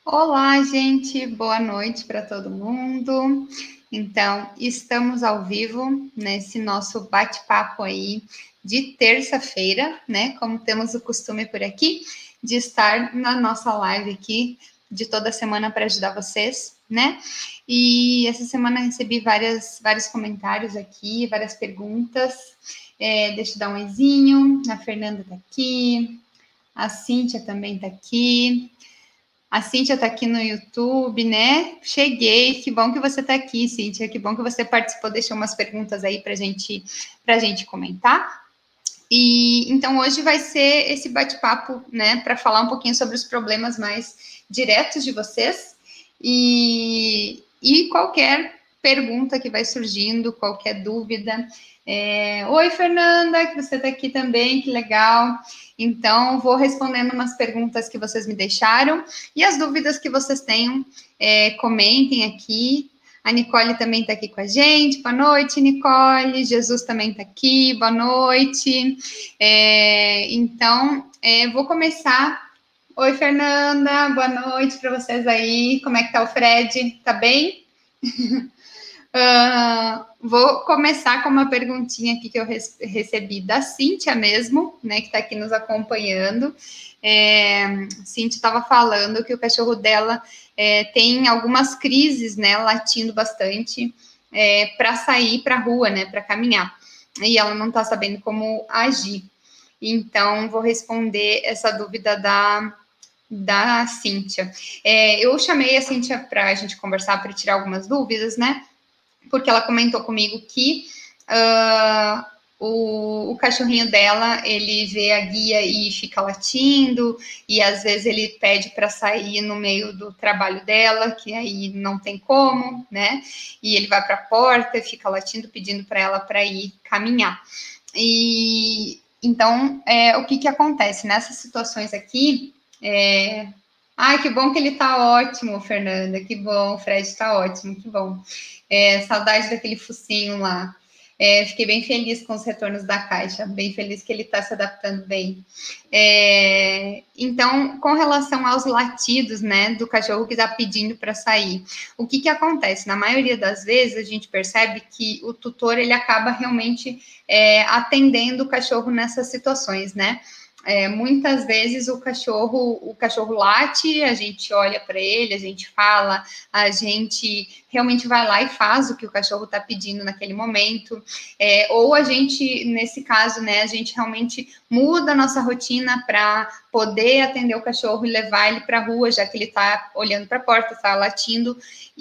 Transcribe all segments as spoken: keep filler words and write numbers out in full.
Olá, gente, boa noite para todo mundo. Então, estamos ao vivo nesse nosso bate-papo aí de terça-feira, né? Como temos o costume por aqui, de estar na nossa live aqui de toda semana para ajudar vocês, né? E essa semana recebi várias, vários comentários aqui, várias perguntas. É, deixa eu dar um oizinho. A Fernanda está aqui, a Cíntia também está aqui. A Cíntia está aqui no YouTube, né? Cheguei, que bom que você está aqui, Cíntia, que bom que você participou, deixou umas perguntas aí para gente, a gente comentar. E então hoje vai ser esse bate-papo, né, para falar um pouquinho sobre os problemas mais diretos de vocês e, e qualquer pergunta que vai surgindo, qualquer dúvida. É, Oi, Fernanda, que você está aqui também, que legal. Então, vou respondendo umas perguntas que vocês me deixaram e as dúvidas que vocês tenham, é, comentem aqui. A Nicole também está aqui com a gente. Boa noite, Nicole. Jesus também está aqui. Boa noite. É, então, é, vou começar. Oi, Fernanda. Boa noite para vocês aí. Como é que tá o Fred? Tá bem? Uh, vou começar com uma perguntinha aqui que eu recebi da Cíntia mesmo, né, que está aqui nos acompanhando. É, Cíntia estava falando que o cachorro dela é, tem algumas crises, né, latindo bastante é, para sair para a rua, né, para caminhar. E ela não está sabendo como agir. Então, vou responder essa dúvida da, da Cíntia. É, eu chamei a Cíntia para a gente conversar, para tirar algumas dúvidas, né? Porque ela comentou comigo que uh, o, o cachorrinho dela, ele vê a guia e fica latindo, e às vezes ele pede para sair no meio do trabalho dela, que aí não tem como, né? E ele vai para a porta e fica latindo, pedindo para ela para ir caminhar. E então, é, o que que acontece nessas situações aqui? É, Ai, que bom que ele tá ótimo, Fernanda. Que bom, o Fred tá ótimo, que bom. É, saudade daquele focinho lá. É, fiquei bem feliz com os retornos da caixa, bem feliz que ele está se adaptando bem. É, então, com relação aos latidos, né, do cachorro que está pedindo para sair, o que que acontece? Na maioria das vezes, a gente percebe que o tutor, ele acaba realmente é, atendendo o cachorro nessas situações, né? É, muitas vezes o cachorro, o cachorro late, a gente olha para ele, a gente fala, a gente realmente vai lá e faz o que o cachorro está pedindo naquele momento, é, ou a gente, nesse caso, né, a gente realmente muda a nossa rotina para poder atender o cachorro e levar ele para a rua, já que ele está olhando para a porta, está latindo,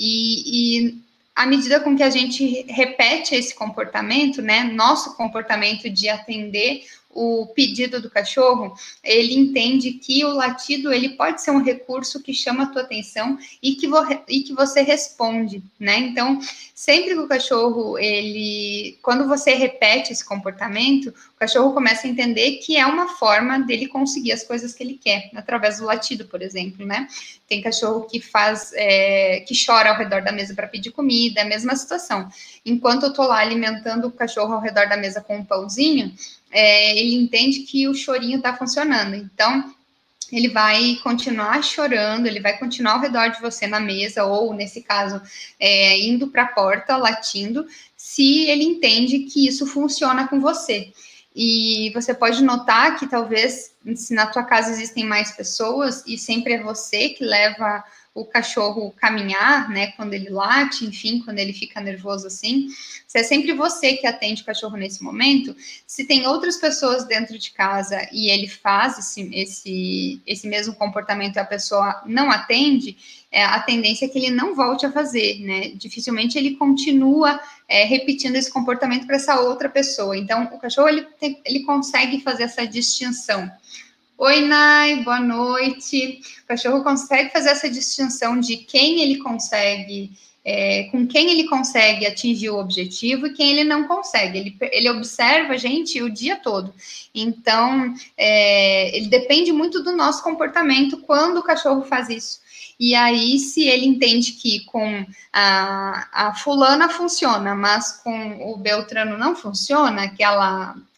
e, e à medida com que a gente repete esse comportamento, né, nosso comportamento de atender o pedido do cachorro, ele entende que o latido, ele pode ser um recurso que chama a tua atenção e que, e que você responde, né? Então, sempre que o cachorro, ele, quando você repete esse comportamento, o cachorro começa a entender que é uma forma dele conseguir as coisas que ele quer, através do latido, por exemplo, né? Tem cachorro que faz, é, que chora ao redor da mesa para pedir comida, é a mesma situação. Enquanto eu tô lá alimentando o cachorro ao redor da mesa com um pãozinho, é, ele entende que o chorinho está funcionando. Então, ele vai continuar chorando, ele vai continuar ao redor de você na mesa, ou, nesse caso, é, indo para a porta, latindo, se ele entende que isso funciona com você. E você pode notar que, talvez, se na tua casa existem mais pessoas, e sempre é você que leva o cachorro caminhar, né, quando ele late, enfim, quando ele fica nervoso assim, se é sempre você que atende o cachorro nesse momento, se tem outras pessoas dentro de casa e ele faz esse, esse, esse mesmo comportamento e a pessoa não atende, é, a tendência é que ele não volte a fazer, né, dificilmente ele continua é, repetindo esse comportamento para essa outra pessoa. Então, o cachorro, ele, tem, ele consegue fazer essa distinção. Oi, Nai, boa noite. O cachorro consegue fazer essa distinção de quem ele consegue, é, com quem ele consegue atingir o objetivo e quem ele não consegue. Ele, ele observa a gente o dia todo. Então, é, ele depende muito do nosso comportamento quando o cachorro faz isso. E aí, se ele entende que com a, a fulana funciona, mas com o Beltrano não funciona, aquela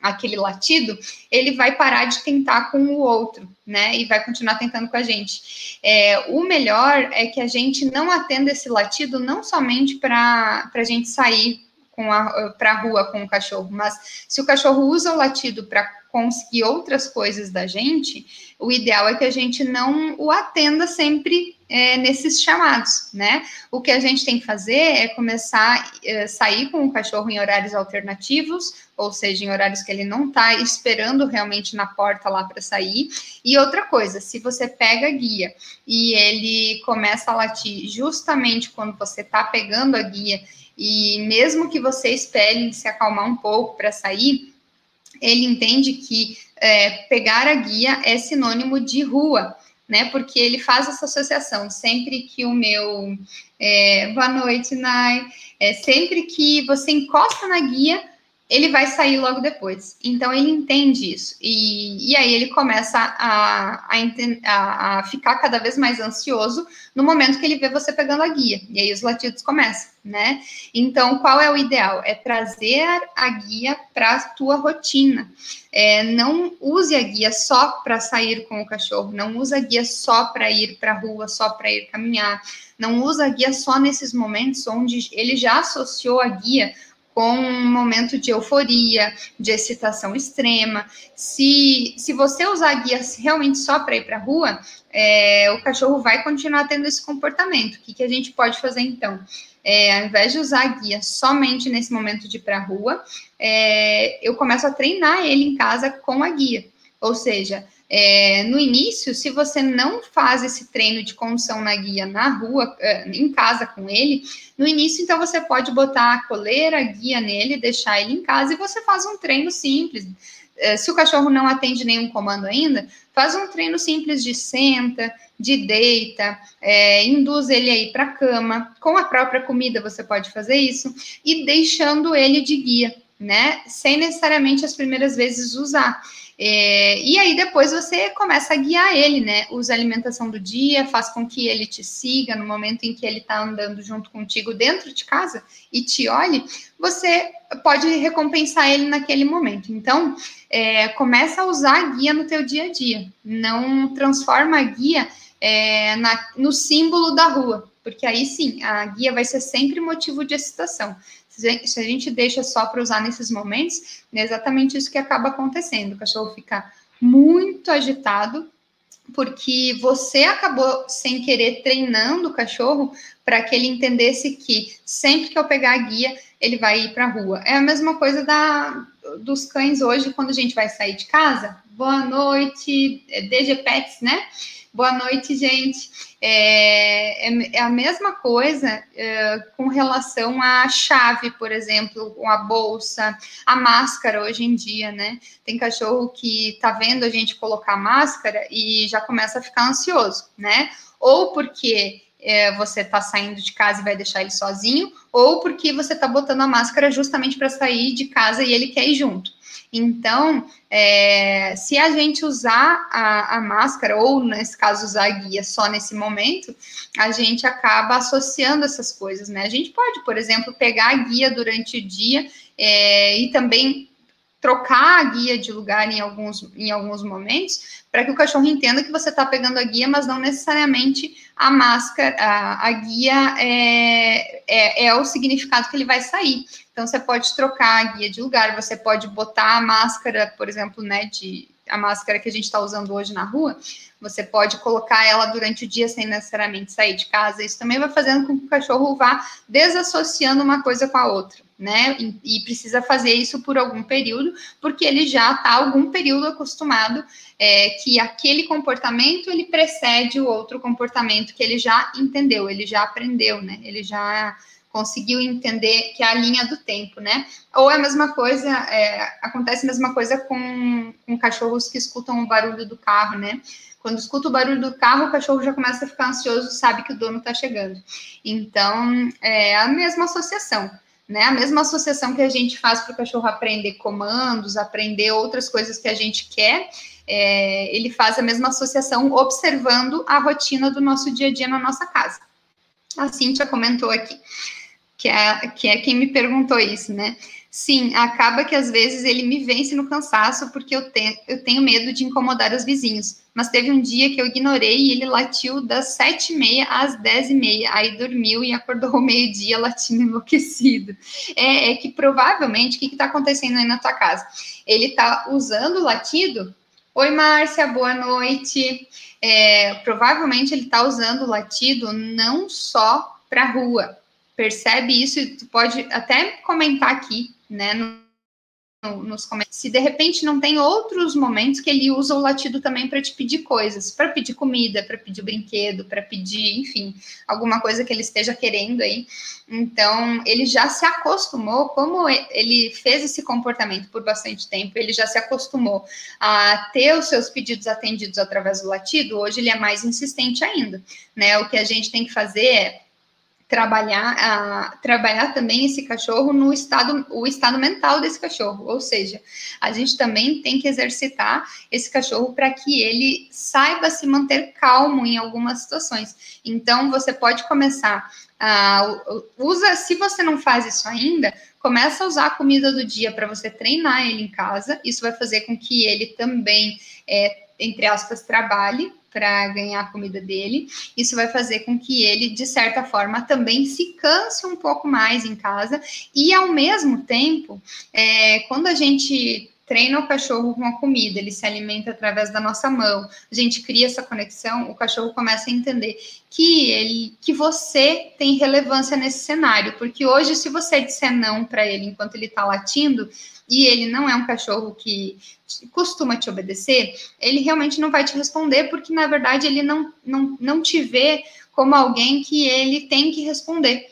aquele latido, ele vai parar de tentar com o outro, né? E vai continuar tentando com a gente. É, o melhor é que a gente não atenda esse latido não somente para a gente sair para a rua com o cachorro, mas se o cachorro usa o latido para conseguir outras coisas da gente, o ideal é que a gente não o atenda sempre é, nesses chamados, né? O que a gente tem que fazer é começar a é, sair com o cachorro em horários alternativos, ou seja, em horários que ele não está esperando realmente na porta lá para sair. E outra coisa, se você pega a guia e ele começa a latir justamente quando você está pegando a guia, e mesmo que você espere se acalmar um pouco para sair, ele entende que é, pegar a guia é sinônimo de rua, né? Porque ele faz essa associação. Sempre que o meu... É, boa noite, Nai. É, sempre que você encosta na guia, ele vai sair logo depois. Então, ele entende isso. E, e aí, ele começa a, a, a, a ficar cada vez mais ansioso no momento que ele vê você pegando a guia. E aí, os latidos começam, né? Então, qual é o ideal? É trazer a guia para a tua rotina. É, não use a guia só para sair com o cachorro. Não use a guia só para ir para a rua, só para ir caminhar. Não use a guia só nesses momentos onde ele já associou a guia com um momento de euforia, de excitação extrema. Se, se você usar a guia realmente só para ir para a rua, é, o cachorro vai continuar tendo esse comportamento. O que, que a gente pode fazer, então? É, ao invés de usar a guia somente nesse momento de ir para a rua, é, eu começo a treinar ele em casa com a guia. Ou seja, é, no início, se você não faz esse treino de condução na guia na rua, em casa com ele, no início, então, você pode botar a coleira, a guia nele, deixar ele em casa e você faz um treino simples. Se o cachorro não atende nenhum comando ainda, faz um treino simples de senta, de deita, é, induz ele aí para a cama. Com a própria comida você pode fazer isso e deixando ele de guia, né? Sem necessariamente as primeiras vezes usar. É, e aí depois você começa a guiar ele, né? Usa a alimentação do dia, faz com que ele te siga no momento em que ele está andando junto contigo dentro de casa e te olhe, você pode recompensar ele naquele momento. Então, é, começa a usar a guia no teu dia a dia. Não transforma a guia é, na, no símbolo da rua, porque aí sim, a guia vai ser sempre motivo de excitação. Se a gente deixa só para usar nesses momentos, é exatamente isso que acaba acontecendo. O cachorro fica muito agitado, porque você acabou, sem querer, treinando o cachorro para que ele entendesse que sempre que eu pegar a guia, ele vai ir para a rua. É a mesma coisa da, dos cães hoje, quando a gente vai sair de casa. Boa noite, D G Pets, né? Boa noite, gente. É, é, é a mesma coisa é, com relação à chave, por exemplo, ou a bolsa, a máscara hoje em dia, né? Tem cachorro que tá vendo a gente colocar máscara e já começa a ficar ansioso, né? Ou porque é, você tá saindo de casa e vai deixar ele sozinho, ou porque você tá botando a máscara justamente para sair de casa e ele quer ir junto. Então, é, se a gente usar a, a máscara, ou nesse caso usar a guia só nesse momento, a gente acaba associando essas coisas, né? A gente pode, por exemplo, pegar a guia durante o dia é, e também trocar a guia de lugar em alguns, em alguns momentos, para que o cachorro entenda que você está pegando a guia, mas não necessariamente a máscara, a, a guia é, é, é o significado que ele vai sair. Então, você pode trocar a guia de lugar, você pode botar a máscara, por exemplo, né, de, a máscara que a gente está usando hoje na rua, você pode colocar ela durante o dia sem necessariamente sair de casa. Isso também vai fazendo com que o cachorro vá desassociando uma coisa com a outra, né? E, e precisa fazer isso por algum período, porque ele já está algum período acostumado é, que aquele comportamento ele precede o outro comportamento que ele já entendeu, ele já aprendeu, né? Ele já conseguiu entender que é a linha do tempo, né? Ou é a mesma coisa, é, acontece a mesma coisa com, com cachorros que escutam o barulho do carro, né? Quando escuta o barulho do carro, o cachorro já começa a ficar ansioso, sabe que o dono está chegando. Então, é a mesma associação, né? A mesma associação que a gente faz para o cachorro aprender comandos, aprender outras coisas que a gente quer, é, ele faz a mesma associação observando a rotina do nosso dia a dia na nossa casa. A Cíntia comentou aqui, que é, que é quem me perguntou isso, né? Sim, acaba que às vezes ele me vence no cansaço porque eu, te, eu tenho medo de incomodar os vizinhos. Mas teve um dia que eu ignorei e ele latiu das sete e meia às dez e meia. Aí dormiu e acordou ao meio-dia latindo enlouquecido. É, é que provavelmente, o que está acontecendo aí na tua casa? Ele está usando o latido. Oi, Márcia, boa noite. É, provavelmente ele está usando o latido não só para a rua. Percebe isso e tu pode até comentar aqui, né, no, no, nos comentários. Se de repente não tem outros momentos que ele usa o latido também para te pedir coisas, para pedir comida, para pedir brinquedo, para pedir, enfim, alguma coisa que ele esteja querendo aí. Então, ele já se acostumou, como ele fez esse comportamento por bastante tempo, ele já se acostumou a ter os seus pedidos atendidos através do latido, hoje ele é mais insistente ainda, né? O que a gente tem que fazer é trabalhar, a, trabalhar também esse cachorro no estado, o estado mental desse cachorro, ou seja, a gente também tem que exercitar esse cachorro para que ele saiba se manter calmo em algumas situações. Então, você pode começar a, usa, se você não faz isso ainda, começa a usar a comida do dia para você treinar ele em casa, isso vai fazer com que ele também, é, entre aspas, trabalhe para ganhar a comida dele. Isso vai fazer com que ele, de certa forma, também se canse um pouco mais em casa. E, ao mesmo tempo, é, quando a gente treina o cachorro com a comida, ele se alimenta através da nossa mão, a gente cria essa conexão, o cachorro começa a entender que, ele, que você tem relevância nesse cenário. Porque hoje, se você disser não para ele enquanto ele está latindo, e ele não é um cachorro que costuma te obedecer, ele realmente não vai te responder, porque, na verdade, ele não, não, não te vê como alguém que ele tem que responder,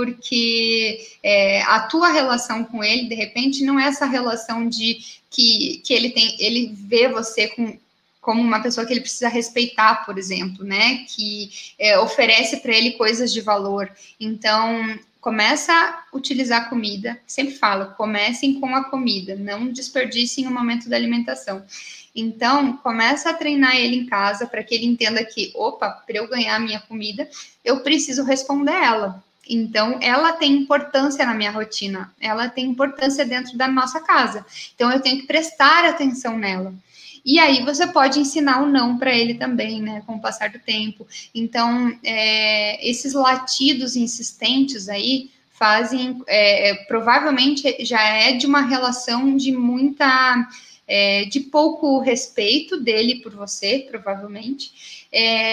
porque é, a tua relação com ele, de repente, não é essa relação de que, que ele tem, ele vê você com, como uma pessoa que ele precisa respeitar, por exemplo, né, que é, oferece para ele coisas de valor. Então, começa a utilizar a comida, sempre falo, comecem com a comida, não desperdicem o momento da alimentação. Então, começa a treinar ele em casa para que ele entenda que, opa, para eu ganhar a minha comida, eu preciso responder ela. Então, ela tem importância na minha rotina, ela tem importância dentro da nossa casa. Então, eu tenho que prestar atenção nela. E aí você pode ensinar o não para ele também, né, com o passar do tempo. Então, é, esses latidos insistentes aí fazem, é, provavelmente já é de uma relação de muita, é, de pouco respeito dele por você, provavelmente,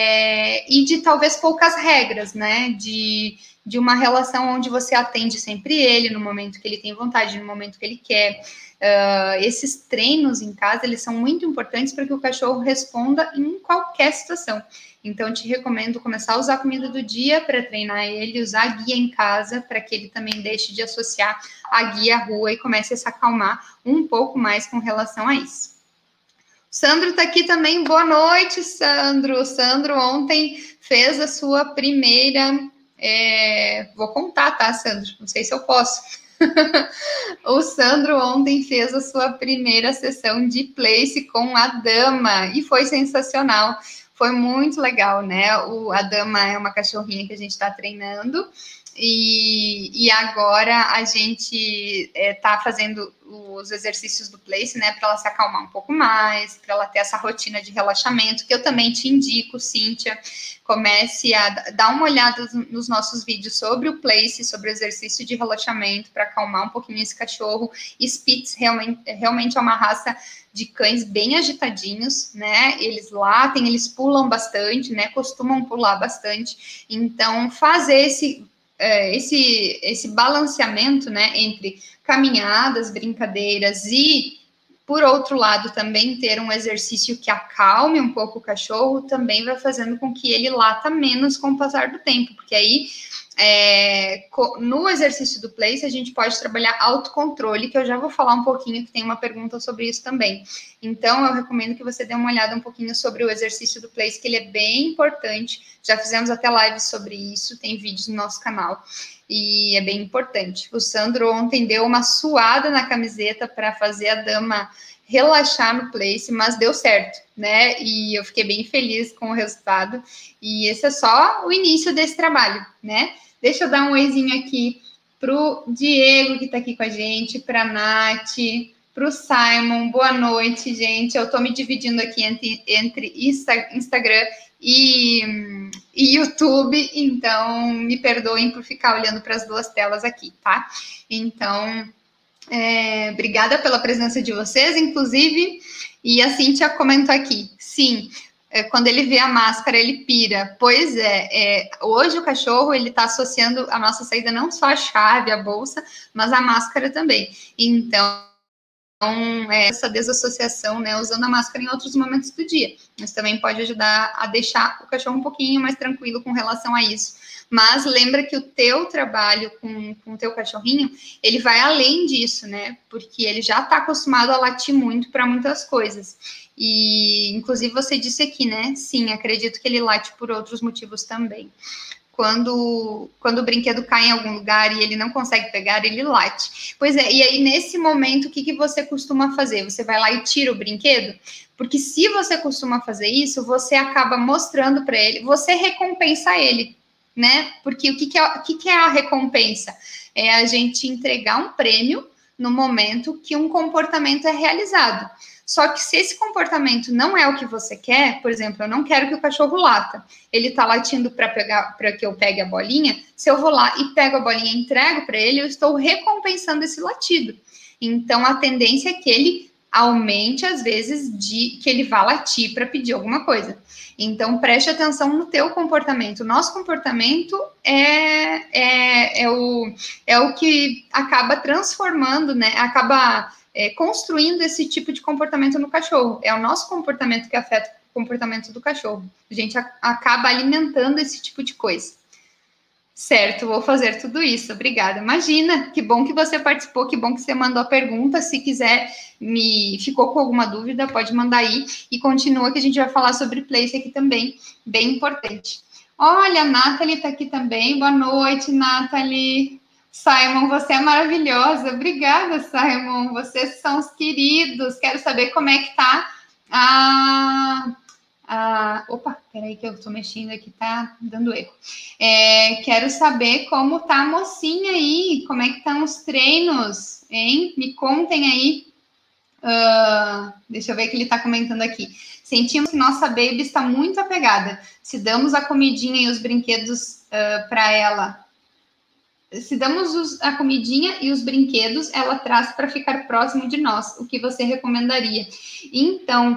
é, e de talvez poucas regras, né, de, de uma relação onde você atende sempre ele no momento que ele tem vontade, no momento que ele quer. Uh, esses treinos em casa, eles são muito importantes para que o cachorro responda em qualquer situação. Então, te recomendo começar a usar a comida do dia para treinar ele, usar a guia em casa para que ele também deixe de associar a guia à rua e comece a se acalmar um pouco mais com relação a isso. O Sandro está aqui também. Boa noite, Sandro. O Sandro ontem fez a sua primeira... É... Vou contar, tá, Sandro? Não sei se eu posso. O Sandro ontem fez a sua primeira sessão de place com a Dama e foi sensacional, foi muito legal, né? O, a Dama é uma cachorrinha que a gente está treinando e, e agora a gente está é, fazendo os exercícios do place, né, para ela se acalmar um pouco mais, para ela ter essa rotina de relaxamento, que eu também te indico, Cíntia, comece a dar uma olhada nos nossos vídeos sobre o place, sobre o exercício de relaxamento, para acalmar um pouquinho esse cachorro. Spitz realmente, realmente é uma raça de cães bem agitadinhos, né, eles latem, eles pulam bastante, né, costumam pular bastante, então fazer esse... Esse, esse balanceamento, né, entre caminhadas, brincadeiras e, por outro lado, também ter um exercício que acalme um pouco o cachorro, também vai fazendo com que ele lata menos com o passar do tempo, porque aí, é, no exercício do place, a gente pode trabalhar autocontrole, que eu já vou falar um pouquinho, que tem uma pergunta sobre isso também. Então, eu recomendo que você dê uma olhada um pouquinho sobre o exercício do place, que ele é bem importante. Já fizemos até lives sobre isso, tem vídeos no nosso canal, e é bem importante. O Sandro ontem deu uma suada na camiseta para fazer a Dama relaxar no place, mas deu certo, né? E eu fiquei bem feliz com o resultado. E esse é só o início desse trabalho, né? Deixa eu dar um oizinho aqui Pro Diego, que está aqui com a gente, para a Nath, para o Simon, boa noite, gente. Eu estou me dividindo aqui entre, entre Insta, Instagram e, e YouTube, então me perdoem por ficar olhando para as duas telas aqui, tá? Então, é, obrigada pela presença de vocês, inclusive, e a Cíntia comentou aqui, sim, é, quando ele vê a máscara, ele pira. Pois é, é hoje o cachorro, ele está associando a nossa saída não só a chave, a bolsa, mas a máscara também. Então, Então, é, essa desassociação, né, usando a máscara em outros momentos do dia. Mas também pode ajudar a deixar o cachorro um pouquinho mais tranquilo com relação a isso. Mas lembra que o teu trabalho com, com o teu cachorrinho, ele vai além disso, né? Porque ele já está acostumado a latir muito para muitas coisas. E, inclusive, você disse aqui, né? Sim, acredito que ele late por outros motivos também. Quando, quando o brinquedo cai em algum lugar e ele não consegue pegar, ele late. Pois é, e aí nesse momento, o que, que você costuma fazer? Você vai lá e tira o brinquedo? Porque se você costuma fazer isso, você acaba mostrando para ele, você recompensa ele, né? Porque o que, que, é, o que, que é a recompensa? É a gente entregar um prêmio no momento que um comportamento é realizado. Só que se esse comportamento não é o que você quer, por exemplo, eu não quero que o cachorro lata, ele tá latindo para pegar, para que eu pegue a bolinha, se eu vou lá e pego a bolinha e entrego para ele, eu estou recompensando esse latido. Então a tendência é que ele aumente as vezes de que ele vá latir para pedir alguma coisa. Então preste atenção no teu comportamento. O nosso comportamento é, é, é, o, é o que acaba transformando, né? Acaba É, construindo esse tipo de comportamento no cachorro. É o nosso comportamento que afeta o comportamento do cachorro. A gente a, acaba alimentando esse tipo de coisa. Certo, vou fazer tudo isso. Obrigada. Imagina, que bom que você participou, que bom que você mandou a pergunta. Se quiser, me ficou com alguma dúvida, pode mandar aí. E continua que a gente vai falar sobre place aqui também, bem importante. Olha, a Nathalie está aqui também. Boa noite, Nathalie. Simon, você é maravilhosa. Obrigada, Simon. Vocês são os queridos. Quero saber como é que tá a... a... Opa, peraí que eu tô mexendo aqui, tá dando erro. É, quero saber como tá a mocinha aí. Como é que estão os treinos, hein? Me contem aí. Uh, deixa eu ver o que ele tá comentando aqui. Sentimos que nossa baby está muito apegada. Se damos a comidinha e os brinquedos uh, para ela... Se damos os, a comidinha e os brinquedos, ela traz para ficar próximo de nós. O que você recomendaria? Então,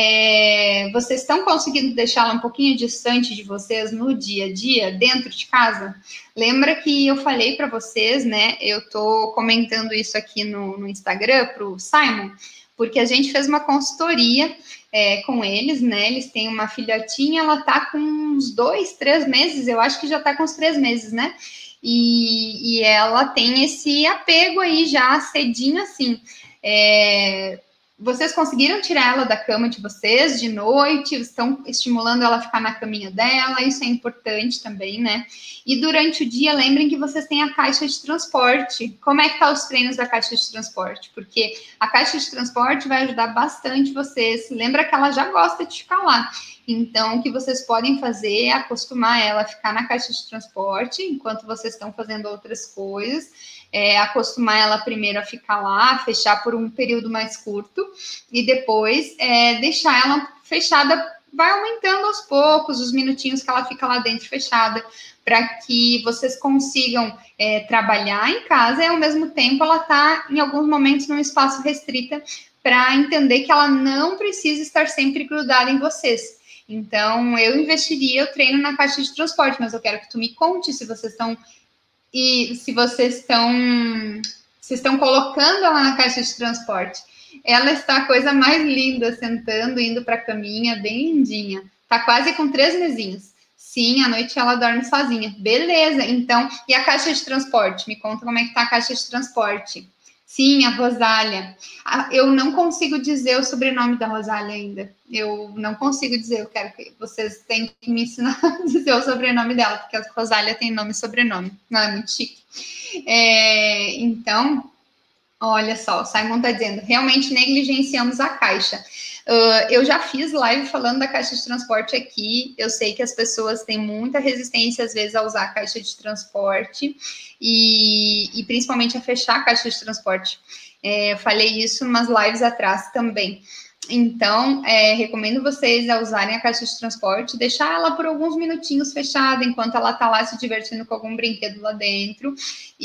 é, vocês estão conseguindo deixá-la um pouquinho distante de vocês no dia a dia, dentro de casa? Lembra que eu falei para vocês, né? Eu estou comentando isso aqui no, no Instagram para o Simon, porque a gente fez uma consultoria é, com eles, né? Eles têm uma filhotinha, ela tá com uns dois, três meses, eu acho que já tá com uns três meses, né? E, e ela tem esse apego aí já cedinho assim. É, vocês conseguiram tirar ela da cama de vocês de noite? Estão estimulando ela a ficar na caminha dela? Isso é importante também, né? E durante o dia, lembrem que vocês têm a caixa de transporte. Como é que tá os treinos da caixa de transporte? Porque a caixa de transporte vai ajudar bastante vocês. Lembra que ela já gosta de ficar lá. Então, o que vocês podem fazer é acostumar ela a ficar na caixa de transporte enquanto vocês estão fazendo outras coisas. É, acostumar ela primeiro a ficar lá, fechar por um período mais curto e depois é, deixar ela fechada, vai aumentando aos poucos os minutinhos que ela fica lá dentro fechada, para que vocês consigam é, trabalhar em casa e ao mesmo tempo ela está em alguns momentos num espaço restrita para entender que ela não precisa estar sempre grudada em vocês. Então, eu investiria o treino na caixa de transporte, mas eu quero que tu me conte se vocês estão e se vocês estão se estão colocando ela na caixa de transporte. Ela está a coisa mais linda, sentando, indo para a caminha, bem lindinha. Tá quase com três mesinhos. Sim, à noite ela dorme sozinha. Beleza, então, e a caixa de transporte? Me conta como é que tá a caixa de transporte. Sim, a Rosália. Eu não consigo dizer o sobrenome da Rosália ainda. Eu não consigo dizer. Eu quero que vocês tenham que me ensinar a dizer o sobrenome dela, porque a Rosália tem nome e sobrenome. Não é muito chique. É, então, olha só, o Simon está dizendo, realmente negligenciamos a caixa. Uh, eu já fiz live falando da caixa de transporte aqui. Eu sei que as pessoas têm muita resistência, às vezes, a usar a caixa de transporte e, e principalmente a fechar a caixa de transporte. É, eu falei isso umas lives atrás também. Então, é, recomendo vocês a usarem a caixa de transporte, deixar ela por alguns minutinhos fechada, enquanto ela tá lá se divertindo com algum brinquedo lá dentro,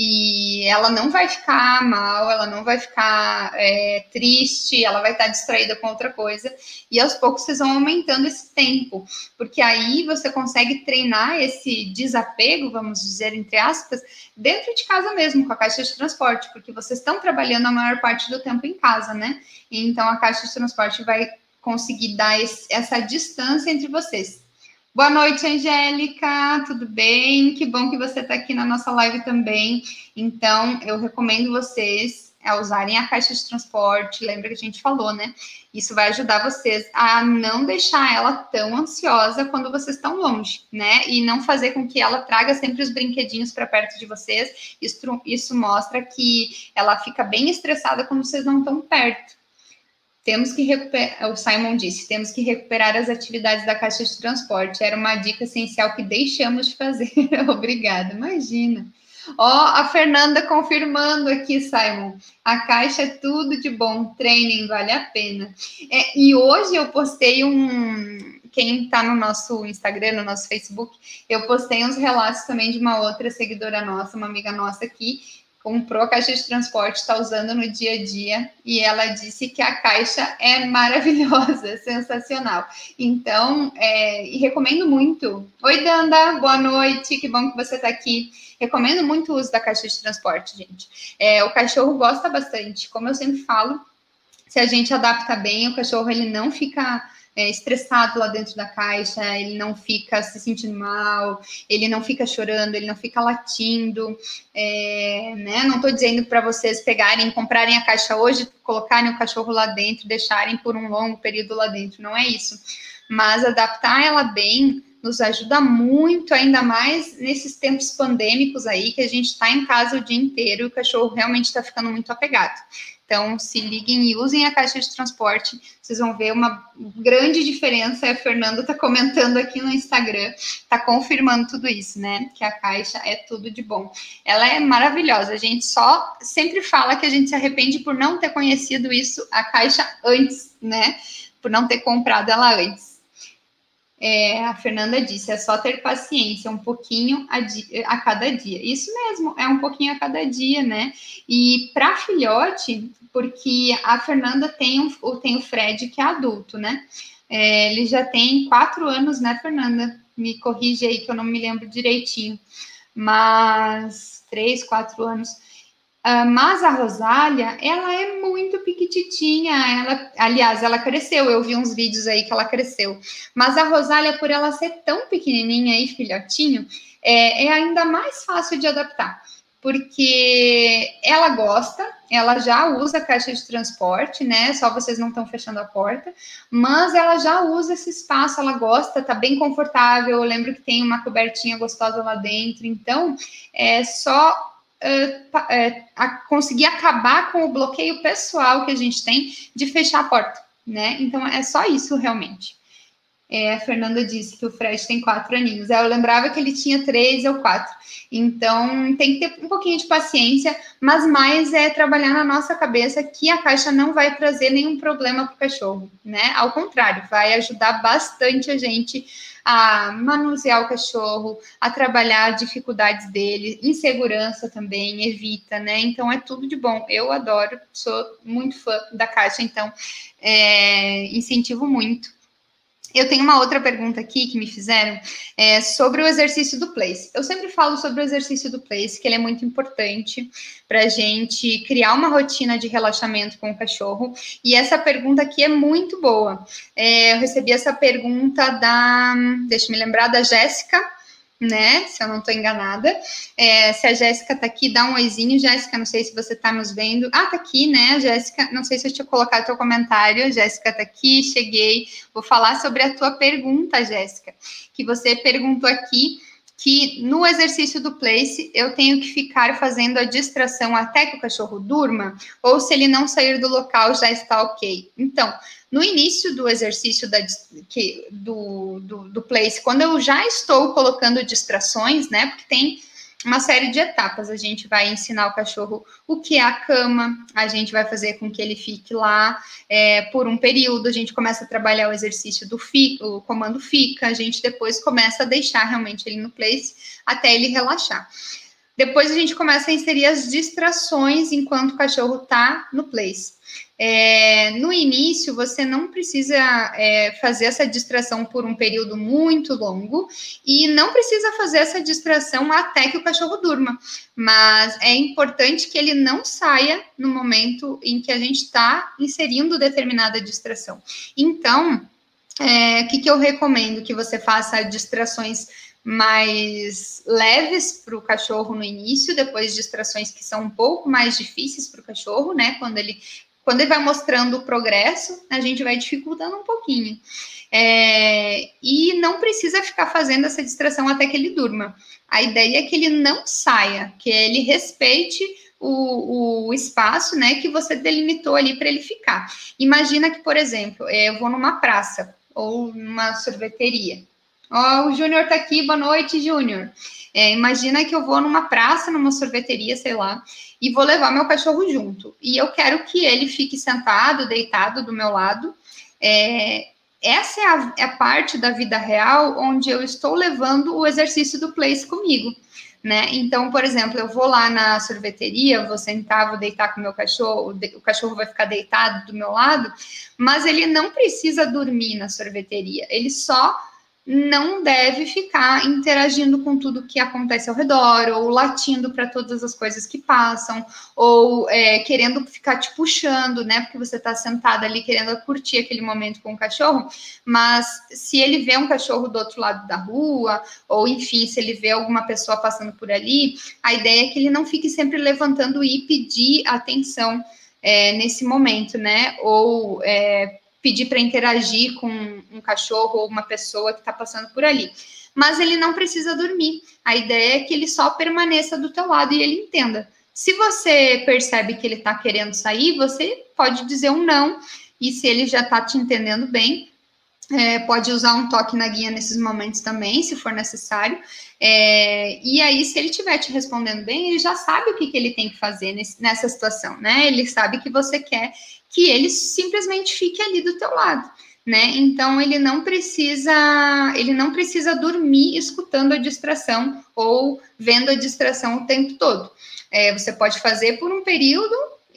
e ela não vai ficar mal, ela não vai ficar é, triste, ela vai estar distraída com outra coisa, e aos poucos vocês vão aumentando esse tempo, porque aí você consegue treinar esse desapego, vamos dizer, entre aspas, dentro de casa mesmo, com a caixa de transporte, porque vocês estão trabalhando a maior parte do tempo em casa, né? Então, a caixa de transporte vai conseguir dar esse, essa distância entre vocês. Boa noite, Angélica, tudo bem? Que bom que você está aqui na nossa live também. Então, eu recomendo vocês a usarem a caixa de transporte. Lembra que a gente falou, né? Isso vai ajudar vocês a não deixar ela tão ansiosa quando vocês estão longe, né? E não fazer com que ela traga sempre os brinquedinhos para perto de vocês. Isso, isso mostra que ela fica bem estressada quando vocês não estão perto. Temos que recuperar, o Simon disse, temos que recuperar as atividades da caixa de transporte. Era uma dica essencial que deixamos de fazer. Obrigada, imagina. Ó, a Fernanda confirmando aqui, Simon. A caixa é tudo de bom, treinem, vale a pena. É, e hoje eu postei um... Quem está no nosso Instagram, no nosso Facebook, eu postei uns relatos também de uma outra seguidora nossa, uma amiga nossa aqui, comprou a caixa de transporte, está usando no dia a dia, e ela disse que a caixa é maravilhosa, sensacional. Então, é, e recomendo muito. Oi, Danda, boa noite, que bom que você está aqui. Recomendo muito o uso da caixa de transporte, gente. É, o cachorro gosta bastante, como eu sempre falo, se a gente adapta bem, o cachorro ele não fica... É, estressado lá dentro da caixa, ele não fica se sentindo mal, ele não fica chorando, ele não fica latindo, é, né? Não estou dizendo para vocês pegarem, comprarem a caixa hoje, colocarem o cachorro lá dentro, deixarem por um longo período lá dentro, não é isso. Mas adaptar ela bem nos ajuda muito, ainda mais nesses tempos pandêmicos aí, que a gente está em casa o dia inteiro e o cachorro realmente está ficando muito apegado. Então, se liguem e usem a caixa de transporte, vocês vão ver uma grande diferença. A Fernanda está comentando aqui no Instagram, está confirmando tudo isso, né? Que a caixa é tudo de bom. Ela é maravilhosa, a gente só sempre fala que a gente se arrepende por não ter conhecido isso, a caixa antes, né? Por não ter comprado ela antes. É, a Fernanda disse, é só ter paciência, um pouquinho a, dia, a cada dia. Isso mesmo, é um pouquinho a cada dia, né? E para filhote, porque a Fernanda tem, um, tem o Fred, que é adulto, né? É, ele já tem quatro anos, né, Fernanda? Me corrige aí, que eu não me lembro direitinho. Mas três, quatro anos... Uh, mas a Rosália, ela é muito piquititinha, ela, aliás, ela cresceu, eu vi uns vídeos aí que ela cresceu, mas a Rosália, por ela ser tão pequenininha e filhotinho, é, é ainda mais fácil de adaptar, porque ela gosta, ela já usa a caixa de transporte, né, só vocês não estão fechando a porta, mas ela já usa esse espaço, ela gosta, tá bem confortável, eu lembro que tem uma cobertinha gostosa lá dentro, então, é só... Uh, uh, a conseguir acabar com o bloqueio pessoal que a gente tem de fechar a porta, né? Então, é só isso, realmente. É, a Fernanda disse que o Fred tem quatro aninhos. Eu lembrava que ele tinha três ou quatro. Então, tem que ter um pouquinho de paciência, mas mais é trabalhar na nossa cabeça que a caixa não vai trazer nenhum problema para o cachorro, né? Ao contrário, vai ajudar bastante a gente a manusear o cachorro, a trabalhar dificuldades dele, insegurança também, evita, né? Então, é tudo de bom. Eu adoro, sou muito fã da caixa, então, é, incentivo muito. Eu tenho uma outra pergunta aqui que me fizeram é, sobre o exercício do place. Eu sempre falo sobre o exercício do place, que ele é muito importante para a gente criar uma rotina de relaxamento com o cachorro. E essa pergunta aqui é muito boa. É, eu recebi essa pergunta da, deixa eu me lembrar, da Jéssica, né? Se eu não estou enganada. É, se a Jéssica está aqui, dá um oizinho, Jéssica. Não sei se você está nos vendo. Ah, tá aqui, né, Jéssica? Não sei se eu tinha colocado teu comentário. Jéssica tá aqui, cheguei. Vou falar sobre a tua pergunta, Jéssica, que você perguntou aqui que no exercício do place eu tenho que ficar fazendo a distração até que o cachorro durma, ou se ele não sair do local já está ok. Então, no início do exercício da, que, do, do, do place, quando eu já estou colocando distrações, né, porque tem uma série de etapas, a gente vai ensinar o cachorro o que é a cama, a gente vai fazer com que ele fique lá é, por um período, a gente começa a trabalhar o exercício do fica, o comando fica, a gente depois começa a deixar realmente ele no place até ele relaxar. Depois a gente começa a inserir as distrações enquanto o cachorro está no place. É, no início, você não precisa é, fazer essa distração por um período muito longo e não precisa fazer essa distração até que o cachorro durma. Mas é importante que ele não saia no momento em que a gente está inserindo determinada distração. Então, é, o que, que eu recomendo? Que você faça distrações mais leves para o cachorro no início, depois distrações que são um pouco mais difíceis para o cachorro, né? Quando ele, quando ele vai mostrando o progresso, a gente vai dificultando um pouquinho. É, e não precisa ficar fazendo essa distração até que ele durma. A ideia é que ele não saia, que ele respeite o, o espaço, né, que você delimitou ali para ele ficar. Imagina que, por exemplo, eu vou numa praça ou numa sorveteria. Ó, oh, o Júnior tá aqui, boa noite, Júnior. É, imagina que eu vou numa praça, numa sorveteria, sei lá, e vou levar meu cachorro junto. E eu quero que ele fique sentado, deitado do meu lado. É, essa é a, é a parte da vida real onde eu estou levando o exercício do place comigo, né? Então, por exemplo, eu vou lá na sorveteria, vou sentar, vou deitar com o meu cachorro, o cachorro vai ficar deitado do meu lado, mas ele não precisa dormir na sorveteria, ele só não deve ficar interagindo com tudo que acontece ao redor, ou latindo para todas as coisas que passam, ou é, querendo ficar te puxando, né? Porque você está sentada ali querendo curtir aquele momento com o cachorro, mas se ele vê um cachorro do outro lado da rua, ou enfim, se ele vê alguma pessoa passando por ali, a ideia é que ele não fique sempre levantando e pedir atenção é, nesse momento, né? Ou é, pedir para interagir com um cachorro ou uma pessoa que está passando por ali. Mas ele não precisa dormir. A ideia é que ele só permaneça do teu lado e ele entenda. Se você percebe que ele está querendo sair, você pode dizer um não. E se ele já está te entendendo bem, é, pode usar um toque na guia nesses momentos também, se for necessário. É, e aí, se ele estiver te respondendo bem, ele já sabe o que, que ele tem que fazer nesse, nessa situação, né? Ele sabe que você quer que ele simplesmente fique ali do teu lado, né? Então, ele não precisa, ele não precisa dormir escutando a distração ou vendo a distração o tempo todo. É, você pode fazer por um período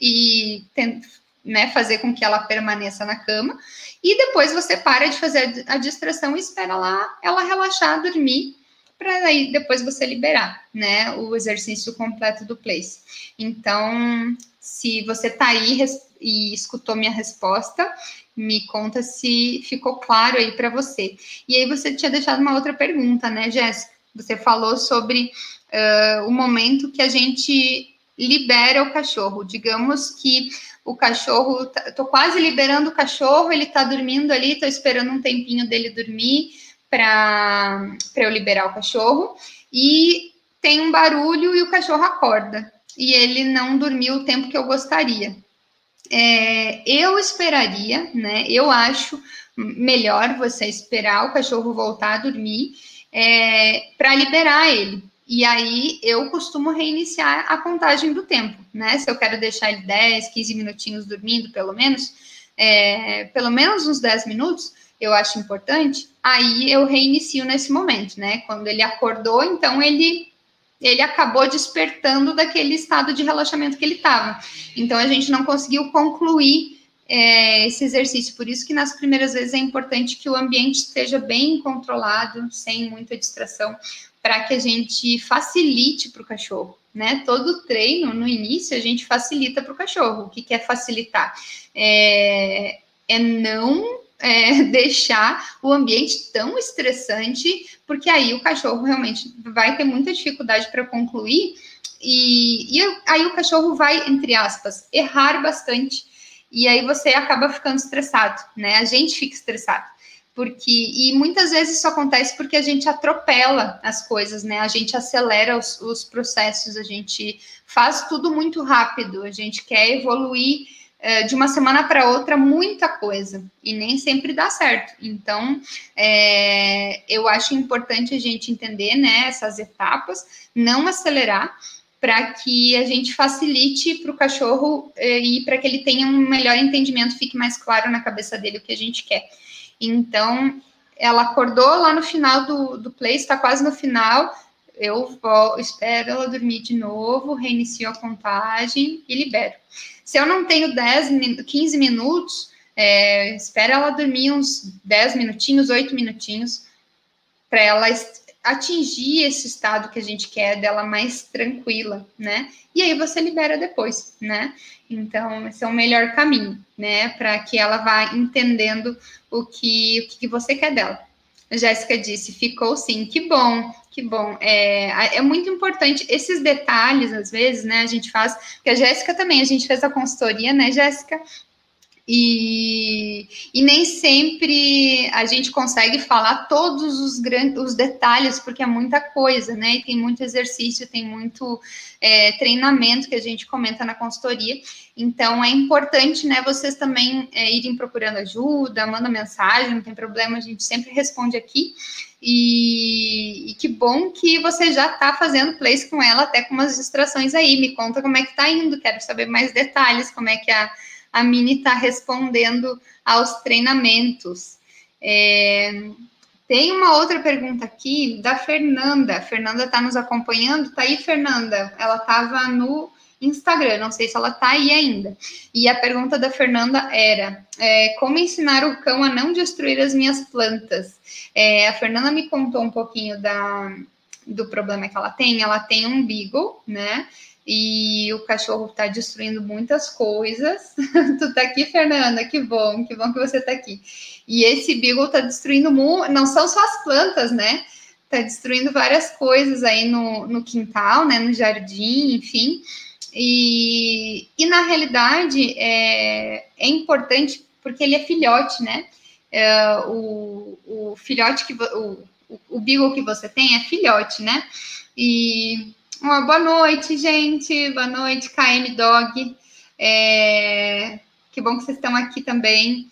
e tem, né, fazer com que ela permaneça na cama, e depois você para de fazer a distração e espera lá ela relaxar, dormir, para aí depois você liberar, né, o exercício completo do place. Então, se você tá aí e escutou minha resposta, me conta se ficou claro aí para você. E aí você tinha deixado uma outra pergunta, né, Jéssica? Você falou sobre uh, o momento que a gente libera o cachorro. Digamos que o cachorro, tô quase liberando o cachorro, ele tá dormindo ali, tô esperando um tempinho dele dormir para eu liberar o cachorro, e tem um barulho e o cachorro acorda, e ele não dormiu o tempo que eu gostaria. É, eu esperaria, né? Eu acho melhor você esperar o cachorro voltar a dormir é, para liberar ele. E aí eu costumo reiniciar a contagem do tempo, né? Se eu quero deixar ele dez, quinze minutinhos dormindo, pelo menos, é, pelo menos uns dez minutos, eu acho importante, aí eu reinicio nesse momento, né? Quando ele acordou, então ele, ele acabou despertando daquele estado de relaxamento que ele estava. Então, a gente não conseguiu concluir é, esse exercício. Por isso que nas primeiras vezes é importante que o ambiente esteja bem controlado, sem muita distração, para que a gente facilite para o cachorro, né? Todo treino, no início, a gente facilita para o cachorro. O que, que é facilitar? É, é não... É, deixar o ambiente tão estressante, porque aí o cachorro realmente vai ter muita dificuldade para concluir, e, e aí o cachorro vai, entre aspas, errar bastante, e aí você acaba ficando estressado, né? A gente fica estressado. Porque, e muitas vezes isso acontece porque a gente atropela as coisas, né? A gente acelera os, os processos, a gente faz tudo muito rápido, a gente quer evoluir uh, de uma semana para outra muita coisa, e nem sempre dá certo. Então, é, eu acho importante a gente entender, né, essas etapas, não acelerar, para que a gente facilite para o cachorro eh, e para que ele tenha um melhor entendimento, fique mais claro na cabeça dele o que a gente quer. Então, ela acordou lá no final do, do play, está quase no final, eu vou, espero ela dormir de novo, reinicio a contagem e libero. Se eu não tenho dez, quinze minutos, é, espero ela dormir uns dez minutinhos, oito minutinhos, para ela atingir esse estado que a gente quer dela mais tranquila, né? E aí você libera depois, né? Então, esse é o melhor caminho, né? Para que ela vá entendendo o que, o que você quer dela. A Jéssica disse, ficou sim, que bom, que bom. É, é muito importante esses detalhes, às vezes, né? A gente faz, porque a Jéssica também, a gente fez a consultoria, né, Jéssica? E, e nem sempre a gente consegue falar todos os grandes os detalhes, porque é muita coisa, né? E tem muito exercício, tem muito é, treinamento que a gente comenta na consultoria. Então é importante, né? Vocês também é, irem procurando ajuda, manda mensagem, não tem problema, a gente sempre responde aqui. E, e que bom que você já está fazendo plays com ela, até com umas distrações aí. Me conta como é que tá indo, quero saber mais detalhes, como é que a a Mini está respondendo aos treinamentos. É, tem uma outra pergunta aqui da Fernanda. A Fernanda está nos acompanhando. Tá aí, Fernanda? Ela estava no Instagram, não sei se ela está aí ainda. E a pergunta da Fernanda era, é, como ensinar o cão a não destruir as minhas plantas? É, a Fernanda me contou um pouquinho da, do problema que ela tem. Ela tem um beagle, né? E o cachorro está destruindo muitas coisas. Tu tá aqui, Fernanda? Que bom, que bom que você tá aqui. E esse beagle tá destruindo, não são só as plantas, né? Tá destruindo várias coisas aí no, no quintal, né? No jardim, enfim. E, e na realidade é, é importante porque ele é filhote, né? É, o, o filhote que o, o beagle que você tem é filhote, né? E uma boa noite, gente. Boa noite, K M Dog. É... Que bom que vocês estão aqui também.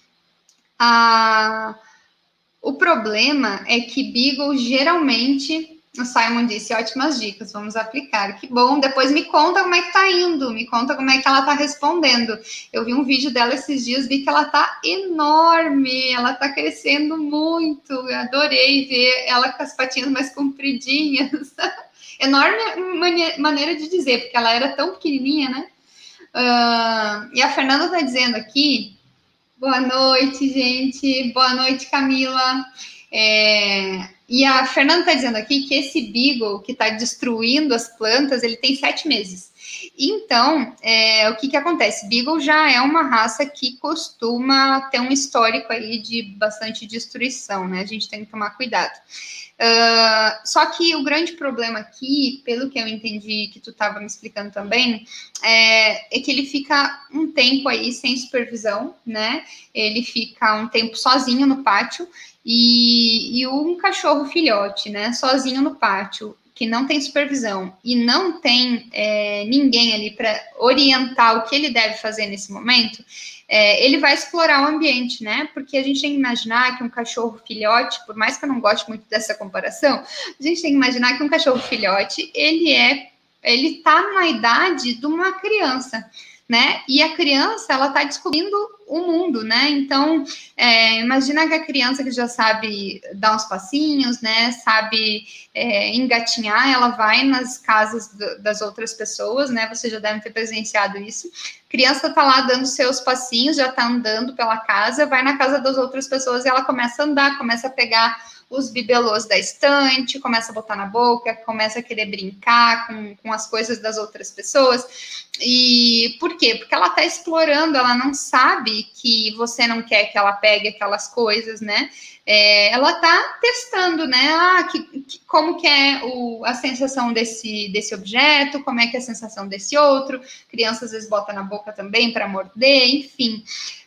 Ah, o problema é que Beagle geralmente... O Simon disse, ótimas dicas, vamos aplicar. Que bom, depois me conta como é que tá indo, me conta como é que ela tá respondendo. Eu vi um vídeo dela esses dias, vi que ela tá enorme, ela tá crescendo muito. Eu adorei ver ela com as patinhas mais compridinhas. Enorme maneira de dizer, porque ela era tão pequenininha, né? Uh, e a Fernanda tá dizendo aqui, boa noite, gente, boa noite, Camila. É, e a Fernanda tá dizendo aqui que esse beagle que tá destruindo as plantas, ele tem sete meses. Então, é, o que que acontece? Beagle já é uma raça que costuma ter um histórico aí de bastante destruição, né? A gente tem que tomar cuidado. Uh, só que o grande problema aqui, pelo que eu entendi que tu estava me explicando também, é, é que ele fica um tempo aí sem supervisão, né? Ele fica um tempo sozinho no pátio e, e um cachorro filhote, né? Sozinho no pátio, que não tem supervisão e não tem é, ninguém ali para orientar o que ele deve fazer nesse momento, é, ele vai explorar o ambiente, né? Porque a gente tem que imaginar que um cachorro filhote, por mais que eu não goste muito dessa comparação, a gente tem que imaginar que um cachorro filhote, ele é, ele tá na idade de uma criança, né? E a criança, ela tá descobrindo o mundo, né? Então, é, imagina que a criança que já sabe dar uns passinhos, né? Sabe é, engatinhar, ela vai nas casas do, das outras pessoas, né? Você já deve ter presenciado isso. A criança tá lá dando seus passinhos, já tá andando pela casa, vai na casa das outras pessoas e ela começa a andar, começa a pegar os bibelôs da estante, começa a botar na boca, começa a querer brincar com, com as coisas das outras pessoas. E por quê? Porque ela está explorando, ela não sabe que você não quer que ela pegue aquelas coisas, né? É, ela está testando, né? Ah, que, que, como que é o, a sensação desse, desse objeto, como é que é a sensação desse outro. Criança às vezes bota na boca também para morder, enfim.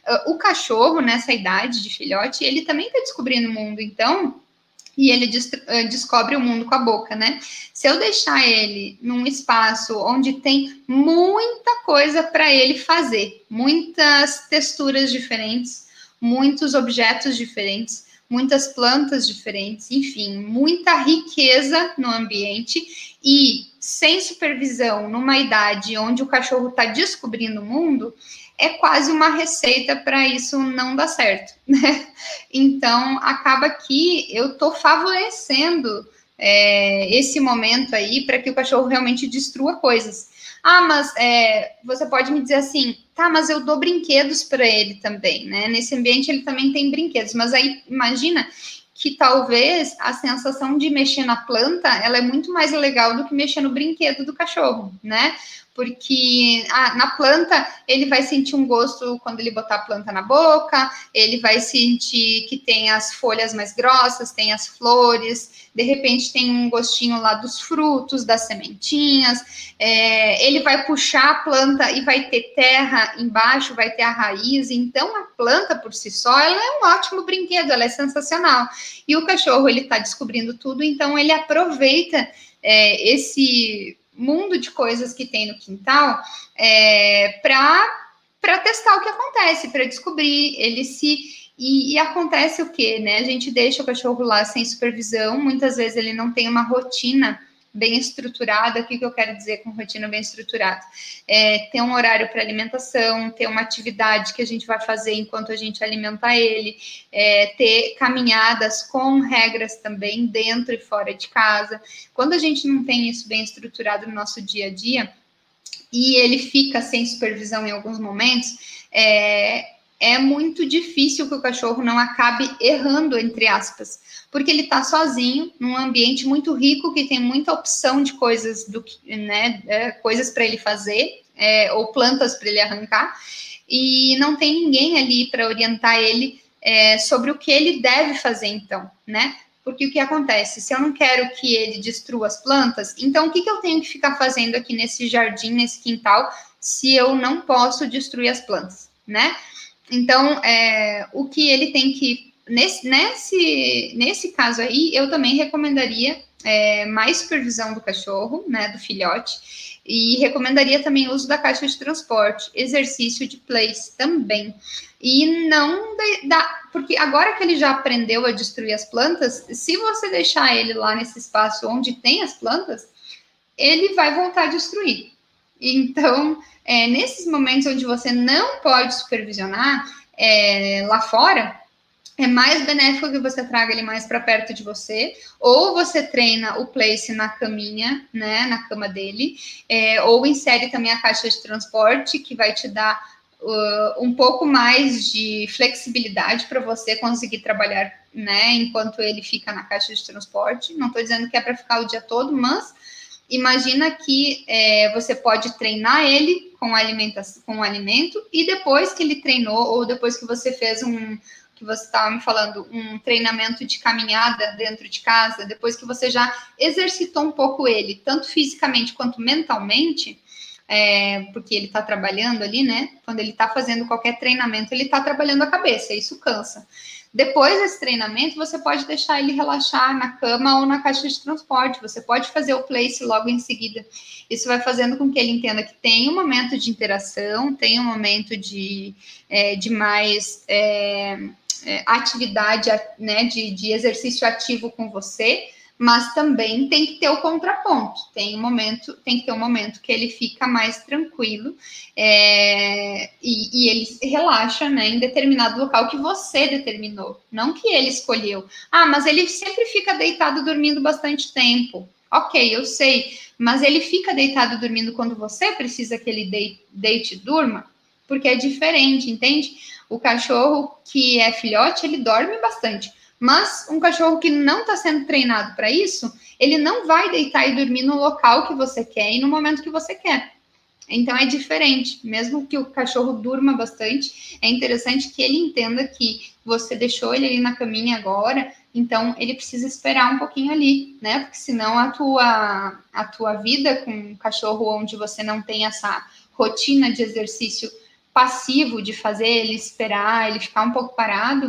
Uh, o cachorro, nessa idade de filhote, ele também está descobrindo o mundo, então, e ele des uh, descobre o mundo com a boca, né? Se eu deixar ele num espaço onde tem muita coisa para ele fazer, muitas texturas diferentes, muitos objetos diferentes, muitas plantas diferentes, enfim, muita riqueza no ambiente e sem supervisão, numa idade onde o cachorro está descobrindo o mundo, é quase uma receita para isso não dar certo, né? Então, acaba que eu estou favorecendo é, esse momento aí para que o cachorro realmente destrua coisas. Ah, mas é, você pode me dizer assim, tá, mas eu dou brinquedos para ele também, né? Nesse ambiente ele também tem brinquedos, mas aí imagina que talvez a sensação de mexer na planta, ela é muito mais legal do que mexer no brinquedo do cachorro, né? Porque ah, na planta ele vai sentir um gosto quando ele botar a planta na boca, ele vai sentir que tem as folhas mais grossas, tem as flores, de repente tem um gostinho lá dos frutos, das sementinhas, é, ele vai puxar a planta e vai ter terra embaixo, vai ter a raiz, então a planta por si só, ela é um ótimo brinquedo, ela é sensacional. E o cachorro, ele tá descobrindo tudo, então ele aproveita é, esse mundo de coisas que tem no quintal é, para testar o que acontece, para descobrir, ele se... E, e acontece o quê, né? A gente deixa o cachorro lá sem supervisão, muitas vezes ele não tem uma rotina bem estruturada. O que, que eu quero dizer com rotina bem estruturada? É, ter um horário para alimentação, ter uma atividade que a gente vai fazer enquanto a gente alimenta ele, é, ter caminhadas com regras também dentro e fora de casa. Quando a gente não tem isso bem estruturado no nosso dia a dia e ele fica sem supervisão em alguns momentos, é, é muito difícil que o cachorro não acabe errando, entre aspas, porque ele está sozinho, num ambiente muito rico, que tem muita opção de coisas, do, né, é, coisas para ele fazer, é, ou plantas para ele arrancar, e não tem ninguém ali para orientar ele é, sobre o que ele deve fazer, então, né? Porque o que acontece? Se eu não quero que ele destrua as plantas, então o que, que eu tenho que ficar fazendo aqui nesse jardim, nesse quintal, se eu não posso destruir as plantas, né? Então, é, o que ele tem que... Nesse, nesse, nesse caso aí, eu também recomendaria é, mais supervisão do cachorro, né, do filhote, e recomendaria também o uso da caixa de transporte, exercício de place também. E não dá... Porque agora que ele já aprendeu a destruir as plantas, se você deixar ele lá nesse espaço onde tem as plantas, ele vai voltar a destruir. Então, é, nesses momentos onde você não pode supervisionar é, lá fora, é mais benéfico que você traga ele mais para perto de você, ou você treina o place na caminha, né, na cama dele, é, ou insere também a caixa de transporte, que vai te dar uh, um pouco mais de flexibilidade para você conseguir trabalhar, né, enquanto ele fica na caixa de transporte. Não estou dizendo que é para ficar o dia todo, mas imagina que é, você pode treinar ele com alimentação, com alimento, e depois que ele treinou, ou depois que você fez um, que você estava me falando, um treinamento de caminhada dentro de casa, depois que você já exercitou um pouco ele, tanto fisicamente quanto mentalmente, é, porque ele está trabalhando ali, né? Quando ele está fazendo qualquer treinamento, ele está trabalhando a cabeça, isso cansa. Depois desse treinamento, você pode deixar ele relaxar na cama ou na caixa de transporte. Você pode fazer o place logo em seguida. Isso vai fazendo com que ele entenda que tem um momento de interação, tem um momento de, é, de mais é, é, atividade, né, de, de exercício ativo com você, mas também tem que ter o contraponto. Tem um momento, tem que ter um momento que ele fica mais tranquilo é, e, e ele relaxa, né, em determinado local que você determinou, não que ele escolheu. Ah, mas ele sempre fica deitado dormindo bastante tempo. Ok, eu sei, mas ele fica deitado dormindo quando você precisa que ele deite, deite e durma, porque é diferente, entende? O cachorro que é filhote, ele dorme bastante. Mas um cachorro que não está sendo treinado para isso, ele não vai deitar e dormir no local que você quer e no momento que você quer. Então é diferente. Mesmo que o cachorro durma bastante, é interessante que ele entenda que você deixou ele ali na caminha agora, então ele precisa esperar um pouquinho ali, né? Porque senão a tua, a tua vida com um cachorro onde você não tem essa rotina de exercício passivo de fazer ele esperar, ele ficar um pouco parado,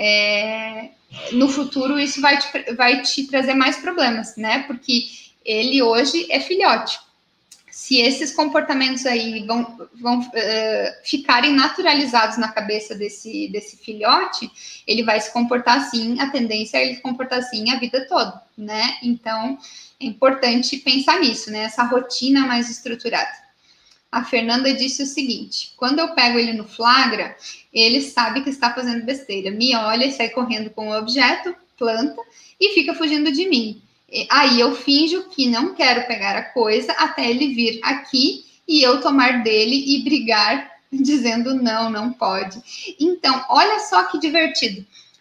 é, no futuro isso vai te, vai te trazer mais problemas, né? Porque ele hoje é filhote. Se esses comportamentos aí vão, vão uh, ficarem naturalizados na cabeça desse, desse filhote, ele vai se comportar assim, a tendência é ele se comportar assim a vida toda, né? Então, é importante pensar nisso, né? Essa rotina mais estruturada. A Fernanda disse o seguinte: quando eu pego ele no flagra, ele sabe que está fazendo besteira, me olha e sai correndo com o objeto, planta, e fica fugindo de mim. Aí eu finjo que não quero pegar a coisa até ele vir aqui e eu tomar dele e brigar, dizendo não, não pode. Então, olha só que divertido.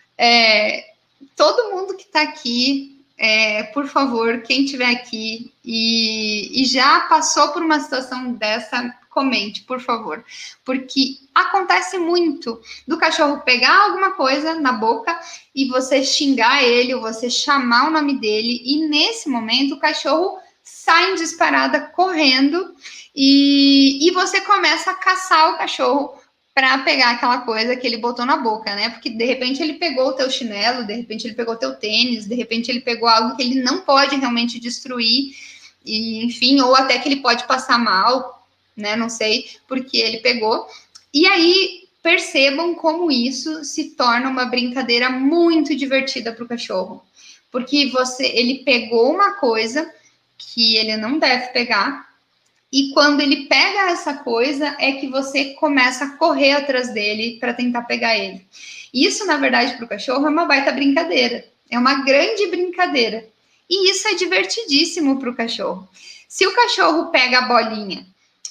É, todo mundo que está aqui, é, por favor, quem estiver aqui e, e já passou por uma situação dessa, comente, por favor. Porque acontece muito do cachorro pegar alguma coisa na boca e você xingar ele, ou você chamar o nome dele, e nesse momento o cachorro sai em disparada correndo e, e você começa a caçar o cachorro para pegar aquela coisa que ele botou na boca, né? Porque de repente ele pegou o teu chinelo, de repente ele pegou o teu tênis, de repente ele pegou algo que ele não pode realmente destruir, e, enfim, ou até que ele pode passar mal, né? Não sei, porque ele pegou. E aí, percebam como isso se torna uma brincadeira muito divertida para o cachorro. Porque você, ele pegou uma coisa que ele não deve pegar, e quando ele pega essa coisa, é que você começa a correr atrás dele para tentar pegar ele. Isso, na verdade, para o cachorro é uma baita brincadeira. É uma grande brincadeira. E isso é divertidíssimo para o cachorro. Se o cachorro pega a bolinha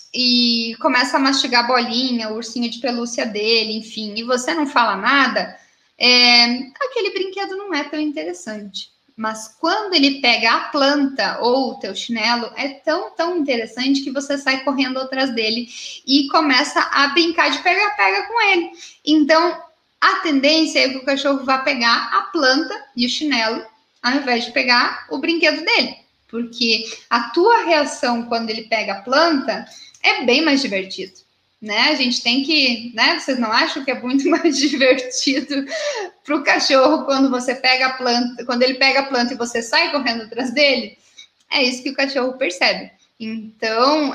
e começa a mastigar a bolinha, o ursinho de pelúcia dele, enfim, e você não fala nada, é, aquele brinquedo não é tão interessante. Mas quando ele pega a planta ou o teu chinelo, é tão, tão interessante que você sai correndo atrás dele e começa a brincar de pega-pega com ele. Então, a tendência é que o cachorro vá pegar a planta e o chinelo, ao invés de pegar o brinquedo dele. Porque a tua reação quando ele pega a planta é bem mais divertido, né? A gente tem que, né? Vocês não acham que é muito mais divertido para o cachorro quando você pega a planta, quando ele pega a planta e você sai correndo atrás dele? É isso que o cachorro percebe. Então,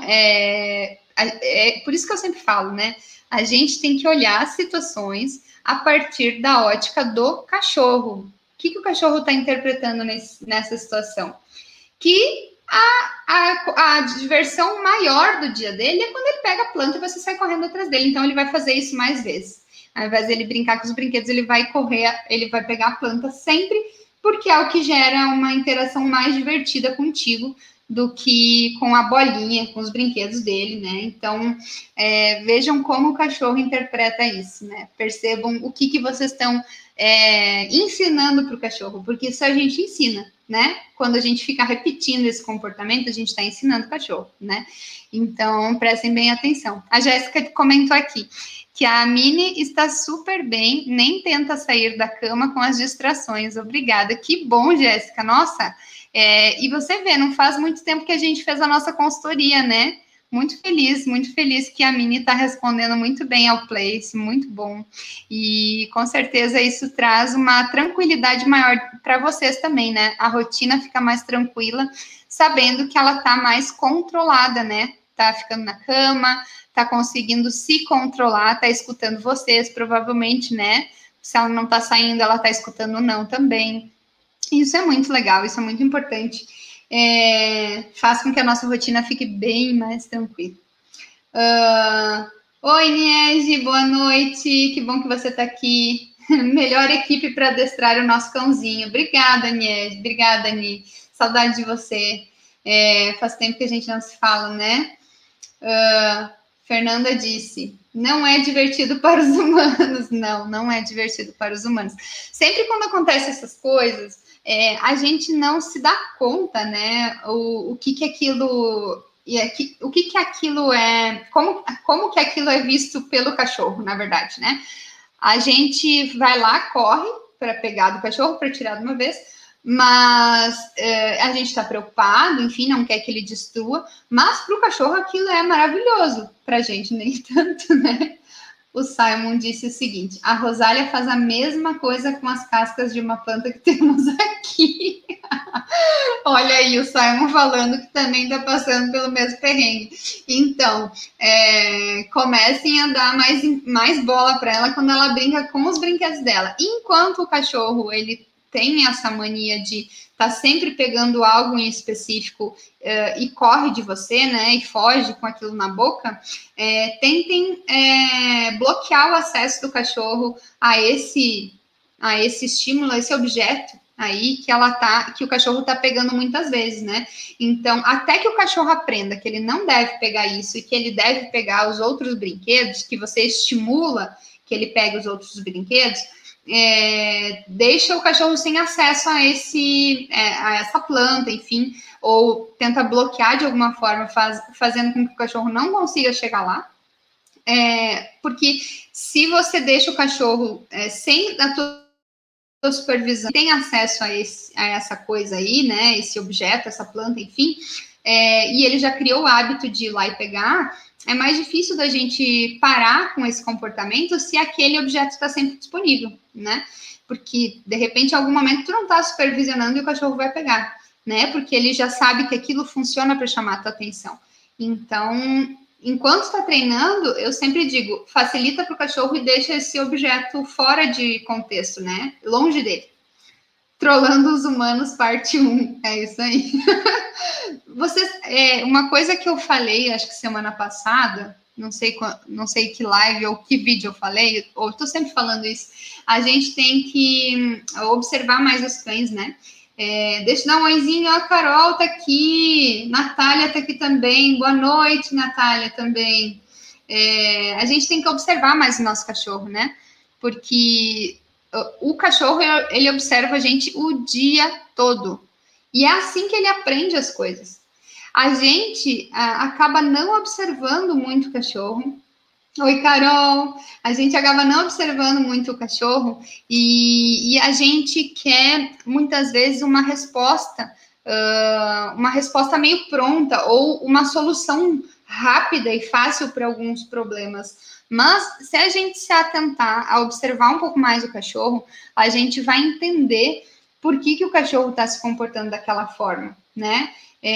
é, é por isso que eu sempre falo, né? A gente tem que olhar as situações a partir da ótica do cachorro. O que, que o cachorro está interpretando nesse, nessa situação? Que A, a, a diversão maior do dia dele é quando ele pega a planta e você sai correndo atrás dele. Então, ele vai fazer isso mais vezes. Ao invés de ele brincar com os brinquedos, ele vai correr, ele vai pegar a planta sempre, porque é o que gera uma interação mais divertida contigo do que com a bolinha, com os brinquedos dele, né? Então, é, vejam como o cachorro interpreta isso, né? Percebam o que, que vocês estão é, ensinando para o cachorro, porque isso a gente ensina, né? Quando a gente fica repetindo esse comportamento, a gente está ensinando o cachorro, né? Então, prestem bem atenção. A Jéssica comentou aqui que a Mini está super bem, nem tenta sair da cama com as distrações. Obrigada. Que bom, Jéssica. Nossa, é, e você vê, não faz muito tempo que a gente fez a nossa consultoria, né? Muito feliz, muito feliz que a Mini está respondendo muito bem ao Place, muito bom. E com certeza isso traz uma tranquilidade maior para vocês também, né? A rotina fica mais tranquila, sabendo que ela está mais controlada, né? Tá ficando na cama, tá conseguindo se controlar, tá escutando vocês, provavelmente, né? Se ela não tá saindo, ela tá escutando não também. Isso é muito legal, isso é muito importante. É, faz com que a nossa rotina fique bem mais tranquila. Uh, Oi, Niege, boa noite, que bom que você está aqui. Melhor equipe para adestrar o nosso cãozinho. Obrigada, Niege, obrigada, Ni. Saudade de você. É, faz tempo que a gente não se fala, né? Uh, Fernanda disse, não é divertido para os humanos. Não, não é divertido para os humanos. Sempre quando acontecem essas coisas, É, a gente não se dá conta, né, o, o que que aquilo, e aqui, o que que aquilo é, como, como que aquilo é visto pelo cachorro, na verdade, né? A gente vai lá, corre para pegar do cachorro, para tirar de uma vez, mas é, a gente está preocupado, enfim, não quer que ele destrua, mas para o cachorro aquilo é maravilhoso, para a gente nem tanto, né? O Simon disse o seguinte: a Rosália faz a mesma coisa com as cascas de uma planta que temos aqui. Olha aí o Simon falando que também está passando pelo mesmo perrengue. Então, é, comecem a dar mais, mais bola para ela quando ela brinca com os brinquedos dela. Enquanto o cachorro, ele tem essa mania de estar tá sempre pegando algo em específico uh, e corre de você, né, e foge com aquilo na boca, é, tentem é, bloquear o acesso do cachorro a esse, a esse estímulo, a esse objeto aí que ela tá, que o cachorro tá pegando muitas vezes, né? Então, até que o cachorro aprenda que ele não deve pegar isso e que ele deve pegar os outros brinquedos, que você estimula que ele pegue os outros brinquedos, É, deixa o cachorro sem acesso a, esse, é, a essa planta, enfim, ou tenta bloquear de alguma forma, faz, fazendo com que o cachorro não consiga chegar lá. É, porque se você deixa o cachorro é, sem a tua supervisão, tem acesso a, esse, a essa coisa aí, né, esse objeto, essa planta, enfim, é, e ele já criou o hábito de ir lá e pegar, é mais difícil da gente parar com esse comportamento se aquele objeto está sempre disponível, né? Porque, de repente, em algum momento, tu não está supervisionando e o cachorro vai pegar, né? Porque ele já sabe que aquilo funciona para chamar a tua atenção. Então, enquanto está treinando, eu sempre digo, facilita para o cachorro e deixa esse objeto fora de contexto, né? Longe dele. Trollando os Humanos, parte um. É isso aí. Vocês, é, uma coisa que eu falei, acho que semana passada, não sei, não sei que live ou que vídeo eu falei, ou estou sempre falando isso, a gente tem que observar mais os cães, né? É, deixa eu dar um oizinho, ó, a Carol tá aqui, Natália tá aqui também, boa noite, Natália, também. É, a gente tem que observar mais o nosso cachorro, né? Porque o cachorro, ele observa a gente o dia todo. E é assim que ele aprende as coisas. A gente a, acaba não observando muito o cachorro. Oi, Carol! A gente acaba não observando muito o cachorro e, e a gente quer, muitas vezes, uma resposta, uh, uma resposta meio pronta ou uma solução rápida e fácil para alguns problemas. Mas, se a gente se atentar a observar um pouco mais o cachorro, a gente vai entender por que, que o cachorro está se comportando daquela forma, né?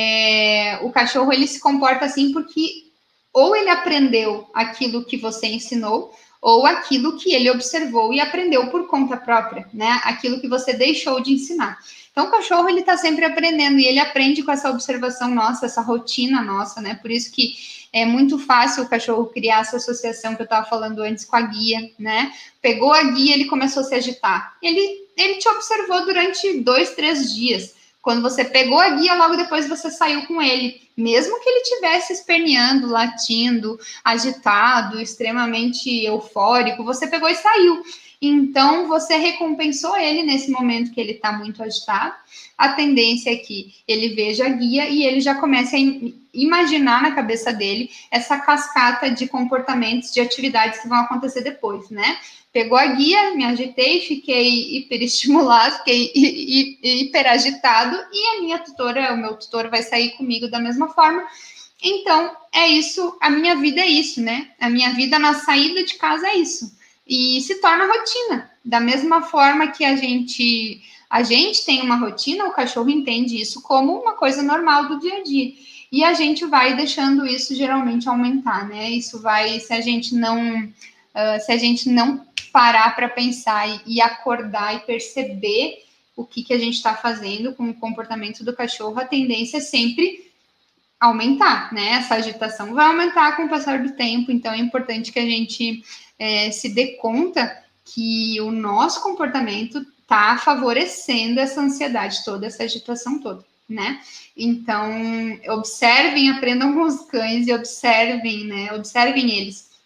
É, o cachorro, ele se comporta assim porque ou ele aprendeu aquilo que você ensinou, ou aquilo que ele observou e aprendeu por conta própria, né? Aquilo que você deixou de ensinar. Então, o cachorro, ele está sempre aprendendo e ele aprende com essa observação nossa, essa rotina nossa, né? Por isso que é muito fácil o cachorro criar essa associação que eu estava falando antes com a guia, né? Pegou a guia, ele começou a se agitar. Ele, ele te observou durante dois, três dias. Quando você pegou a guia, logo depois você saiu com ele. Mesmo que ele estivesse esperneando, latindo, agitado, extremamente eufórico, você pegou e saiu. Então, você recompensou ele nesse momento que ele está muito agitado. A tendência é que ele veja a guia e ele já comece a imaginar na cabeça dele essa cascata de comportamentos, de atividades que vão acontecer depois, né? Pegou a guia, me agitei, fiquei hiperestimulado, fiquei hiperagitado e a minha tutora, o meu tutor vai sair comigo da mesma forma. Então, é isso, a minha vida é isso, né? A minha vida na saída de casa é isso. E se torna rotina. Da mesma forma que a gente, a gente tem uma rotina, o cachorro entende isso como uma coisa normal do dia a dia. E a gente vai deixando isso geralmente aumentar, né? Isso vai, se a gente não, uh, se a gente não parar para pensar e, e acordar e perceber o que, que a gente está fazendo com o comportamento do cachorro, a tendência é sempre aumentar, né? Essa agitação vai aumentar com o passar do tempo, então é importante que a gente é, se dê conta que o nosso comportamento está favorecendo essa ansiedade toda, essa agitação toda, né? Então, observem, aprendam com os cães e observem, né? Observem eles.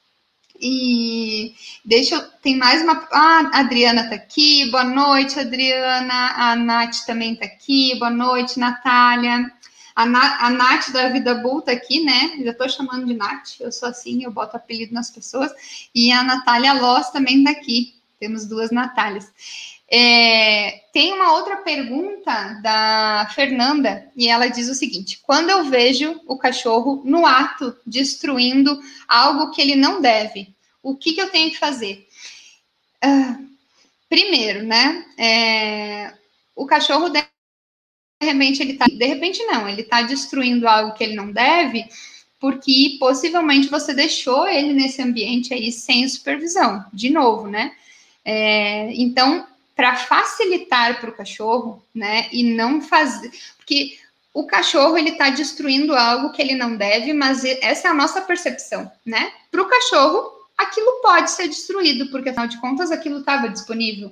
E deixa eu. Tem mais uma. Ah, a Adriana tá aqui. Boa noite, Adriana. A Nath também tá aqui. Boa noite, Natália. A, Na, a Nath da Vida Bull tá aqui, né? Já tô chamando de Nath. Eu sou assim, eu boto apelido nas pessoas. E a Natália Loss também tá aqui. Temos duas Natálias. É, tem uma outra pergunta da Fernanda e ela diz o seguinte: quando eu vejo o cachorro no ato destruindo algo que ele não deve, o que, que eu tenho que fazer? Uh, primeiro, né, é, o cachorro, de repente, ele tá, de repente não, ele tá destruindo algo que ele não deve, porque possivelmente você deixou ele nesse ambiente aí sem supervisão, de novo, né? É, então, para facilitar para o cachorro, né, e não fazer, porque o cachorro ele está destruindo algo que ele não deve, mas essa é a nossa percepção, né? Para o cachorro, aquilo pode ser destruído, porque afinal de contas aquilo estava disponível.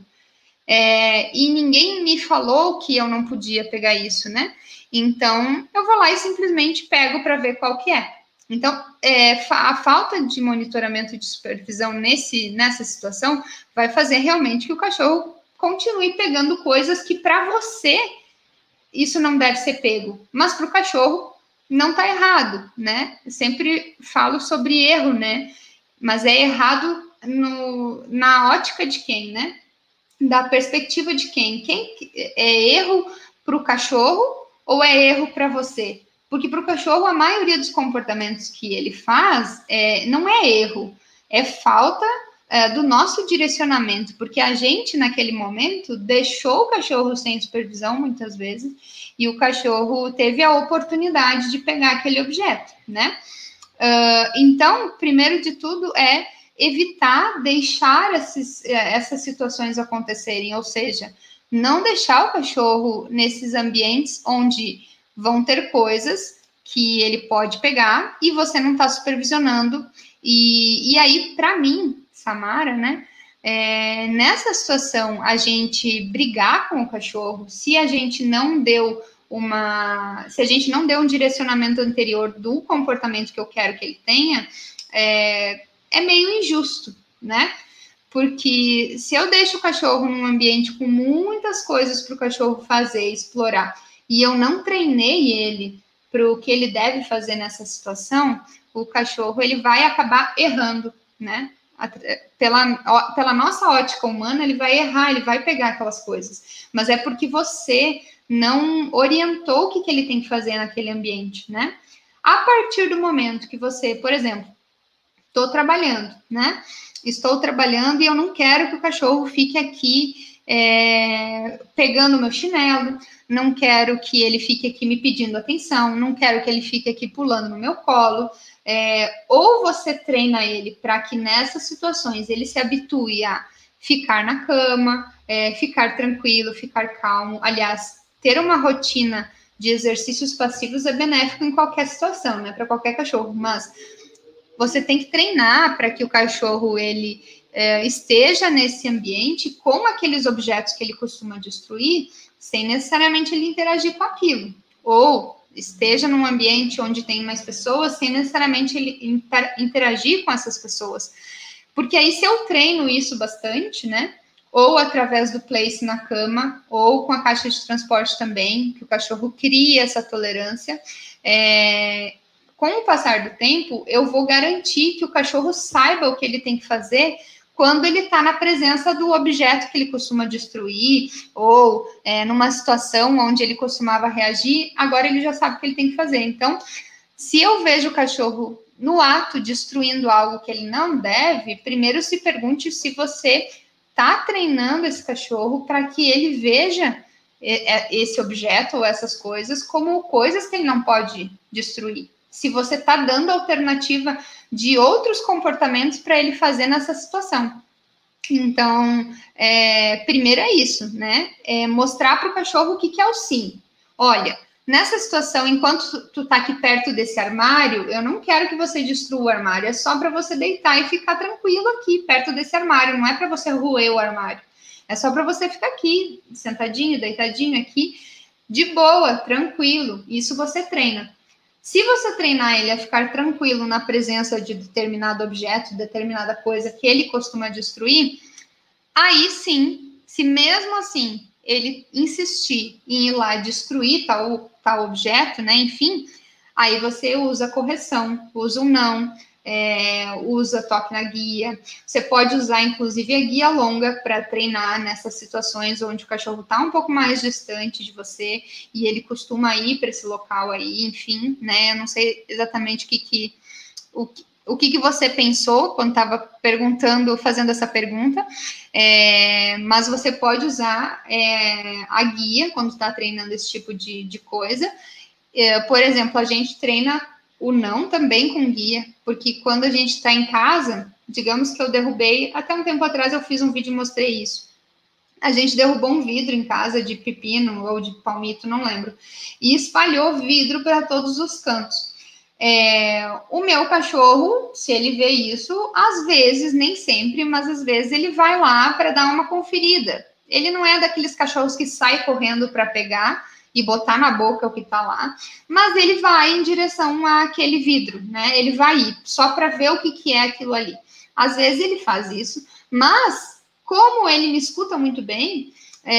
É, e ninguém me falou que eu não podia pegar isso, né? Então, eu vou lá e simplesmente pego para ver qual que é. Então, é, a falta de monitoramento e de supervisão nesse, nessa situação vai fazer realmente que o cachorro continue pegando coisas que para você isso não deve ser pego, mas para o cachorro não está errado, né? Eu sempre falo sobre erro, né? Mas é errado no, na ótica de quem, né? Da perspectiva de quem? Quem é erro para o cachorro ou é erro para você? Porque para o cachorro, a maioria dos comportamentos que ele faz é, não é erro, é falta é, do nosso direcionamento, porque a gente, naquele momento, deixou o cachorro sem supervisão, muitas vezes, e o cachorro teve a oportunidade de pegar aquele objeto, né? Uh, então, primeiro de tudo é evitar deixar esses, essas situações acontecerem, ou seja, não deixar o cachorro nesses ambientes onde vão ter coisas que ele pode pegar e você não está supervisionando. E, e aí, para mim, Samara, né, é, nessa situação, a gente brigar com o cachorro, se a gente não deu uma, se a gente não deu um direcionamento anterior do comportamento que eu quero que ele tenha, é, é meio injusto, né? Porque se eu deixo o cachorro num ambiente com muitas coisas para o cachorro fazer, explorar, e eu não treinei ele para o que ele deve fazer nessa situação, o cachorro ele vai acabar errando, né? Pela, pela nossa ótica humana, ele vai errar, ele vai pegar aquelas coisas. Mas é porque você não orientou o que, que ele tem que fazer naquele ambiente, né? A partir do momento que você, por exemplo, estou trabalhando, né? Estou trabalhando e eu não quero que o cachorro fique aqui é, pegando o meu chinelo, não quero que ele fique aqui me pedindo atenção, não quero que ele fique aqui pulando no meu colo. É, ou você treina ele para que nessas situações ele se habitue a ficar na cama, é, ficar tranquilo, ficar calmo. Aliás, ter uma rotina de exercícios passivos é benéfico em qualquer situação, né? Para qualquer cachorro, mas você tem que treinar para que o cachorro ele é, esteja nesse ambiente com aqueles objetos que ele costuma destruir, sem necessariamente ele interagir com aquilo. Ou esteja num ambiente onde tem mais pessoas, sem necessariamente ele inter interagir com essas pessoas. Porque aí, se eu treino isso bastante, né? Ou através do place na cama, ou com a caixa de transporte também, que o cachorro cria essa tolerância, é, com o passar do tempo, eu vou garantir que o cachorro saiba o que ele tem que fazer quando ele está na presença do objeto que ele costuma destruir, ou é, numa situação onde ele costumava reagir, agora ele já sabe o que ele tem que fazer. Então, se eu vejo o cachorro no ato destruindo algo que ele não deve, primeiro se pergunte se você está treinando esse cachorro para que ele veja esse objeto ou essas coisas como coisas que ele não pode destruir. Se você está dando alternativa de outros comportamentos para ele fazer nessa situação. Então, é, primeiro é isso, né? É mostrar para o cachorro o que, que é o sim. Olha, nessa situação, enquanto tu tá aqui perto desse armário, eu não quero que você destrua o armário, é só para você deitar e ficar tranquilo aqui, perto desse armário, não é para você roer o armário. É só para você ficar aqui, sentadinho, deitadinho aqui, de boa, tranquilo. Isso você treina. Se você treinar ele a ficar tranquilo na presença de determinado objeto, determinada coisa que ele costuma destruir, aí sim, se mesmo assim ele insistir em ir lá destruir tal, tal objeto, né, enfim, aí você usa correção, usa um não, é, usa toque na guia. Você pode usar, inclusive, a guia longa para treinar nessas situações onde o cachorro está um pouco mais distante de você e ele costuma ir para esse local aí, enfim, né? Eu não sei exatamente o que, que o, o que, que você pensou quando estava perguntando, fazendo essa pergunta, é, mas você pode usar é, a guia quando está treinando esse tipo de, de coisa. É, por exemplo, a gente treina o não também com guia, porque quando a gente está em casa, digamos que eu derrubei, até um tempo atrás eu fiz um vídeo e mostrei isso. A gente derrubou um vidro em casa de pepino ou de palmito, não lembro, e espalhou vidro para todos os cantos. É, o meu cachorro, se ele vê isso, às vezes, nem sempre, mas às vezes ele vai lá para dar uma conferida. Ele não é daqueles cachorros que sai correndo para pegar e botar na boca o que está lá, mas ele vai em direção àquele vidro, né? Ele vai ir só para ver o que, que é aquilo ali. Às vezes ele faz isso, mas como ele me escuta muito bem,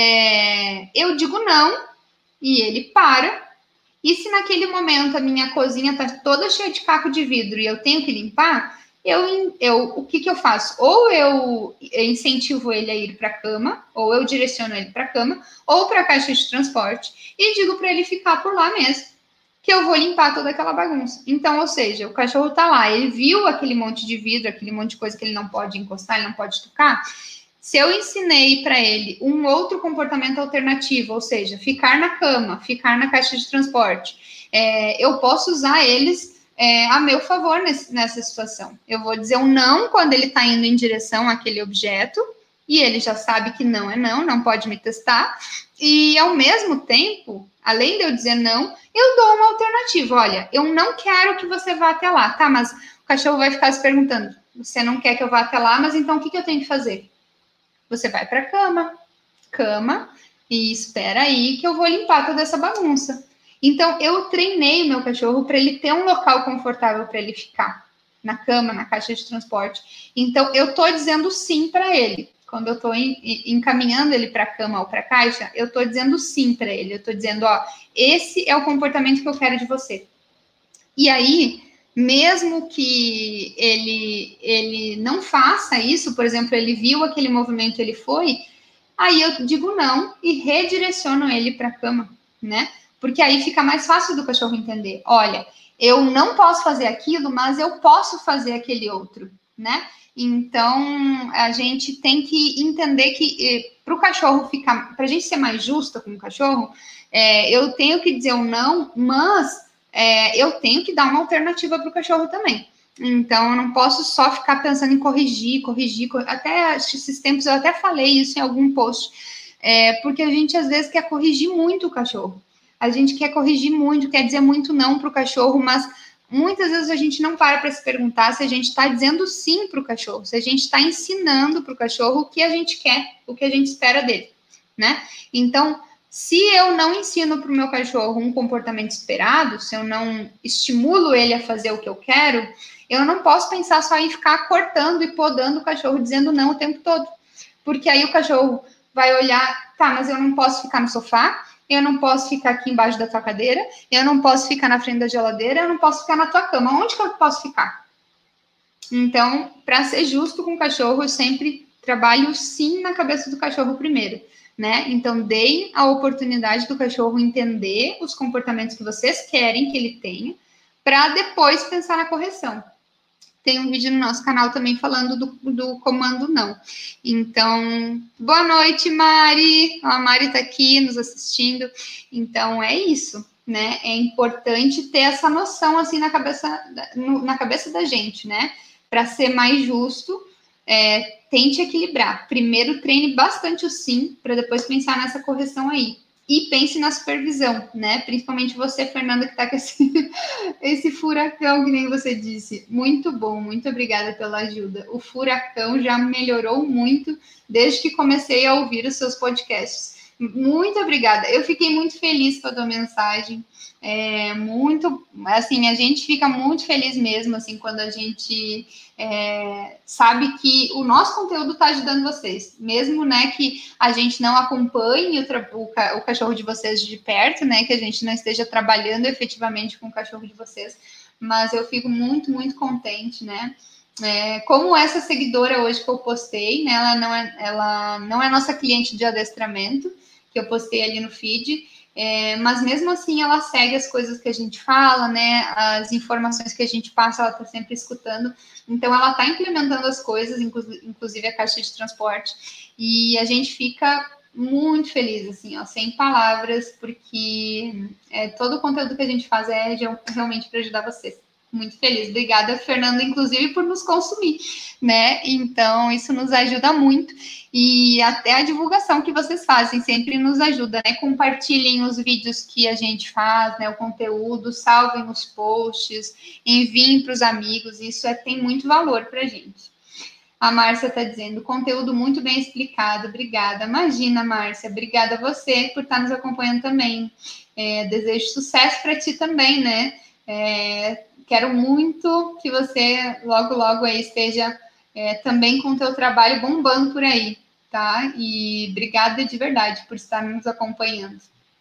é, eu digo não e ele para. E se naquele momento a minha cozinha está toda cheia de caco de vidro e eu tenho que limpar, eu, eu, o que, que eu faço? Ou eu incentivo ele a ir para a cama, ou eu direciono ele para a cama, ou para a caixa de transporte, e digo para ele ficar por lá mesmo, que eu vou limpar toda aquela bagunça. Então, ou seja, o cachorro está lá, ele viu aquele monte de vidro, aquele monte de coisa que ele não pode encostar, ele não pode tocar. Se eu ensinei para ele um outro comportamento alternativo, ou seja, ficar na cama, ficar na caixa de transporte, é, eu posso usar eles é, a meu favor nesse, nessa situação. Eu vou dizer um não quando ele está indo em direção àquele objeto, e ele já sabe que não é não, não pode me testar, e ao mesmo tempo, além de eu dizer não, eu dou uma alternativa. Olha, eu não quero que você vá até lá, tá? Mas o cachorro vai ficar se perguntando, você não quer que eu vá até lá, mas então o que, que eu tenho que fazer? Você vai para a cama, cama, e espera aí que eu vou limpar toda essa bagunça. Então, eu treinei o meu cachorro para ele ter um local confortável para ele ficar, na cama, na caixa de transporte. Então, eu estou dizendo sim para ele. Quando eu estou encaminhando ele para a cama ou para a caixa, eu estou dizendo sim para ele. Eu estou dizendo, ó, esse é o comportamento que eu quero de você. E aí, mesmo que ele, ele não faça isso, por exemplo, ele viu aquele movimento, ele foi, aí eu digo não e redireciono ele para a cama, né? Porque aí fica mais fácil do cachorro entender. Olha, eu não posso fazer aquilo, mas eu posso fazer aquele outro, né? Então, a gente tem que entender que para o cachorro ficar, para a gente ser mais justa com o cachorro, é, eu tenho que dizer um não, mas é, eu tenho que dar uma alternativa para o cachorro também. Então, eu não posso só ficar pensando em corrigir, corrigir, corrigir. Até esses tempos eu até falei isso em algum post, é, porque a gente às vezes quer corrigir muito o cachorro. A gente quer corrigir muito, quer dizer muito não para o cachorro, mas muitas vezes a gente não para para se perguntar se a gente está dizendo sim para o cachorro, se a gente está ensinando para o cachorro o que a gente quer, o que a gente espera dele, né? Então, se eu não ensino para o meu cachorro um comportamento esperado, se eu não estimulo ele a fazer o que eu quero, eu não posso pensar só em ficar cortando e podando o cachorro, dizendo não o tempo todo. Porque aí o cachorro vai olhar, tá, mas eu não posso ficar no sofá, eu não posso ficar aqui embaixo da tua cadeira, eu não posso ficar na frente da geladeira, eu não posso ficar na tua cama. Onde que eu posso ficar? Então, para ser justo com o cachorro, eu sempre trabalho sim na cabeça do cachorro primeiro, né? Então, deem a oportunidade do cachorro entender os comportamentos que vocês querem que ele tenha, para depois pensar na correção. Tem um vídeo no nosso canal também falando do, do comando não. Então, boa noite, Mari. A Mari tá aqui nos assistindo. Então, é isso, né? É importante ter essa noção, assim, na cabeça, na cabeça da gente, né? Para ser mais justo, é, tente equilibrar. Primeiro, treine bastante o sim, para depois pensar nessa correção aí. E pense na supervisão, né? Principalmente você, Fernanda, que está com esse, esse furacão, que nem você disse. Muito bom, muito obrigada pela ajuda. O furacão já melhorou muito desde que comecei a ouvir os seus podcasts. Muito obrigada. Eu fiquei muito feliz com a tua mensagem. É muito, assim, a gente fica muito feliz mesmo, assim, quando a gente é, sabe que o nosso conteúdo está ajudando vocês, mesmo, né, que a gente não acompanhe o, o, o cachorro de vocês de perto, né, que a gente não esteja trabalhando efetivamente com o cachorro de vocês, mas eu fico muito, muito contente, né. É, como essa seguidora hoje que eu postei, né, ela não é, ela não é nossa cliente de adestramento, que eu postei ali no feed. É, mas mesmo assim ela segue as coisas que a gente fala, né? As informações que a gente passa, ela está sempre escutando. Então ela está implementando as coisas, inclusive a caixa de transporte, e a gente fica muito feliz, assim, ó, sem palavras, porque é, todo o conteúdo que a gente faz é realmente para ajudar vocês. Muito feliz. Obrigada, Fernanda, inclusive, por nos consumir, né? Então, isso nos ajuda muito. E até a divulgação que vocês fazem sempre nos ajuda, né? Compartilhem os vídeos que a gente faz, né? O conteúdo, salvem os posts, enviem para os amigos. Isso é, tem muito valor para a gente. A Márcia está dizendo, conteúdo muito bem explicado. Obrigada. Imagina, Márcia. Obrigada a você por estar nos acompanhando também. É, desejo sucesso para ti também, né? É, quero muito que você logo, logo aí esteja é, também com o teu trabalho bombando por aí, tá? E obrigada de verdade por estar nos acompanhando.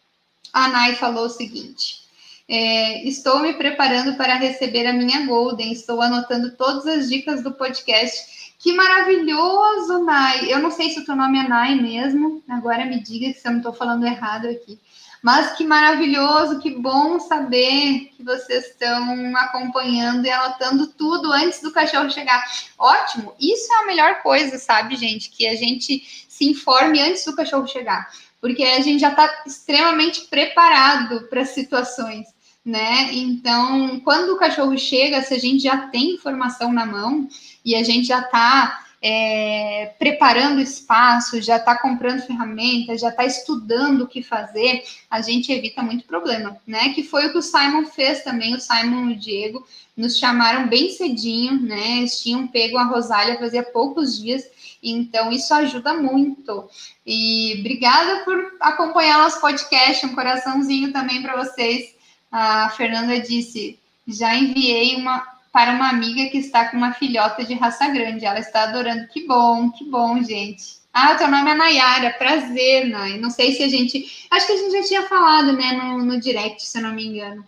A Nai falou o seguinte, é, estou me preparando para receber a minha Golden, estou anotando todas as dicas do podcast. Que maravilhoso, Nai! Eu não sei se o teu nome é Nai mesmo, agora me diga se eu não estou falando errado aqui. Mas que maravilhoso, que bom saber que vocês estão acompanhando e anotando tudo antes do cachorro chegar. Ótimo, isso é a melhor coisa, sabe, gente? Que a gente se informe antes do cachorro chegar, porque a gente já está extremamente preparado para as situações, né? Então, quando o cachorro chega, se a gente já tem informação na mão e a gente já está É, preparando espaço, já está comprando ferramentas, já está estudando o que fazer, a gente evita muito problema, né? Que foi o que o Simon fez também, o Simon e o Diego nos chamaram bem cedinho, né? Eles tinham pego a Rosália fazia poucos dias, então isso ajuda muito. E obrigada por acompanhar nosso podcast, um coraçãozinho também para vocês. A Fernanda disse, já enviei uma para uma amiga que está com uma filhota de raça grande. Ela está adorando. Que bom, que bom, gente. Ah, o teu nome é Nayara. Prazer, Nay. Não sei se a gente... Acho que a gente já tinha falado, né, no, no direct, se eu não me engano.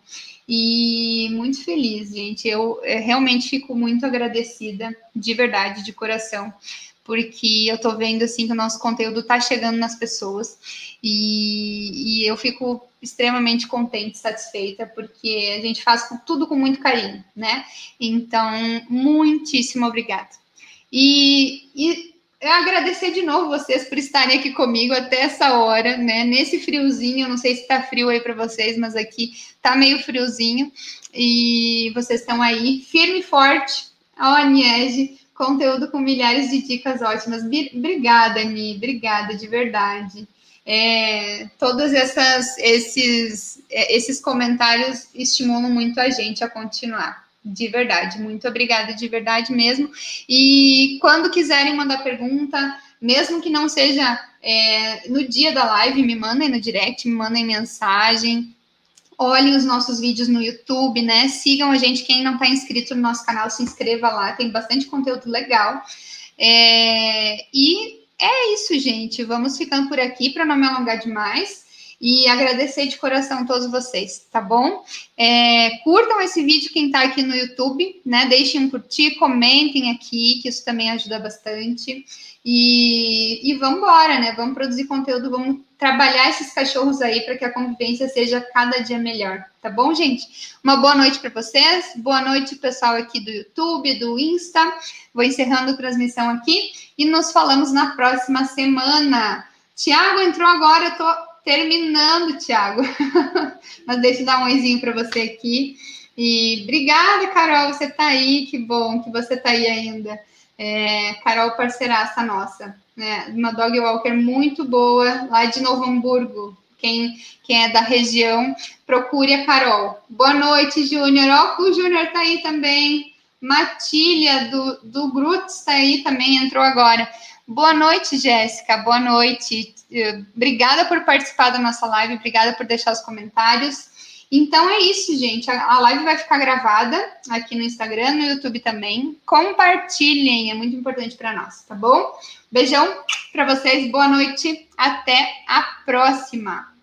E muito feliz, gente. Eu, eu realmente fico muito agradecida, de verdade, de coração, porque eu tô vendo, assim, que o nosso conteúdo tá chegando nas pessoas e, e eu fico extremamente contente, satisfeita, porque a gente faz tudo com muito carinho, né? Então, muitíssimo obrigada. E, e eu agradecer de novo vocês por estarem aqui comigo até essa hora, né? Nesse friozinho, eu não sei se tá frio aí para vocês, mas aqui tá meio friozinho e vocês estão aí firme e forte. Ó, a Niege, conteúdo com milhares de dicas ótimas. Obrigada, Ani, obrigada de verdade. É, todos essas, esses, esses comentários estimulam muito a gente a continuar, de verdade, muito obrigada, de verdade mesmo, e quando quiserem mandar pergunta, mesmo que não seja é, no dia da live, me mandem no direct, me mandem mensagem, olhem os nossos vídeos no YouTube, né, sigam a gente, quem não está inscrito no nosso canal, se inscreva lá, tem bastante conteúdo legal, é, e é isso, gente. Vamos ficando por aqui para não me alongar demais e agradecer de coração a todos vocês, tá bom? É, curtam esse vídeo quem está aqui no YouTube, né? Deixem um curtir, comentem aqui, que isso também ajuda bastante. E, e vamos embora, né? Vamos produzir conteúdo, vamos trabalhar esses cachorros aí para que a convivência seja cada dia melhor, tá bom, gente? Uma boa noite para vocês, boa noite, pessoal aqui do YouTube, do Insta. Vou encerrando a transmissão aqui e nos falamos na próxima semana. Tiago entrou agora, eu tô terminando, Tiago. Mas deixa eu dar um oizinho para você aqui. E obrigada, Carol, você tá aí, que bom que você tá aí ainda. É, Carol, parceiraça nossa, né? Uma dog walker muito boa, lá de Novo Hamburgo. Quem, quem é da região, procure a Carol. Boa noite, Júnior. Ó, o Júnior tá aí também. Matília, do, do Gruts, tá aí também, entrou agora. Boa noite, Jéssica. Boa noite. Obrigada por participar da nossa live, obrigada por deixar os comentários. Então é isso, gente. A live vai ficar gravada aqui no Instagram, no YouTube também. Compartilhem, é muito importante para nós, tá bom? Beijão para vocês, boa noite, até a próxima.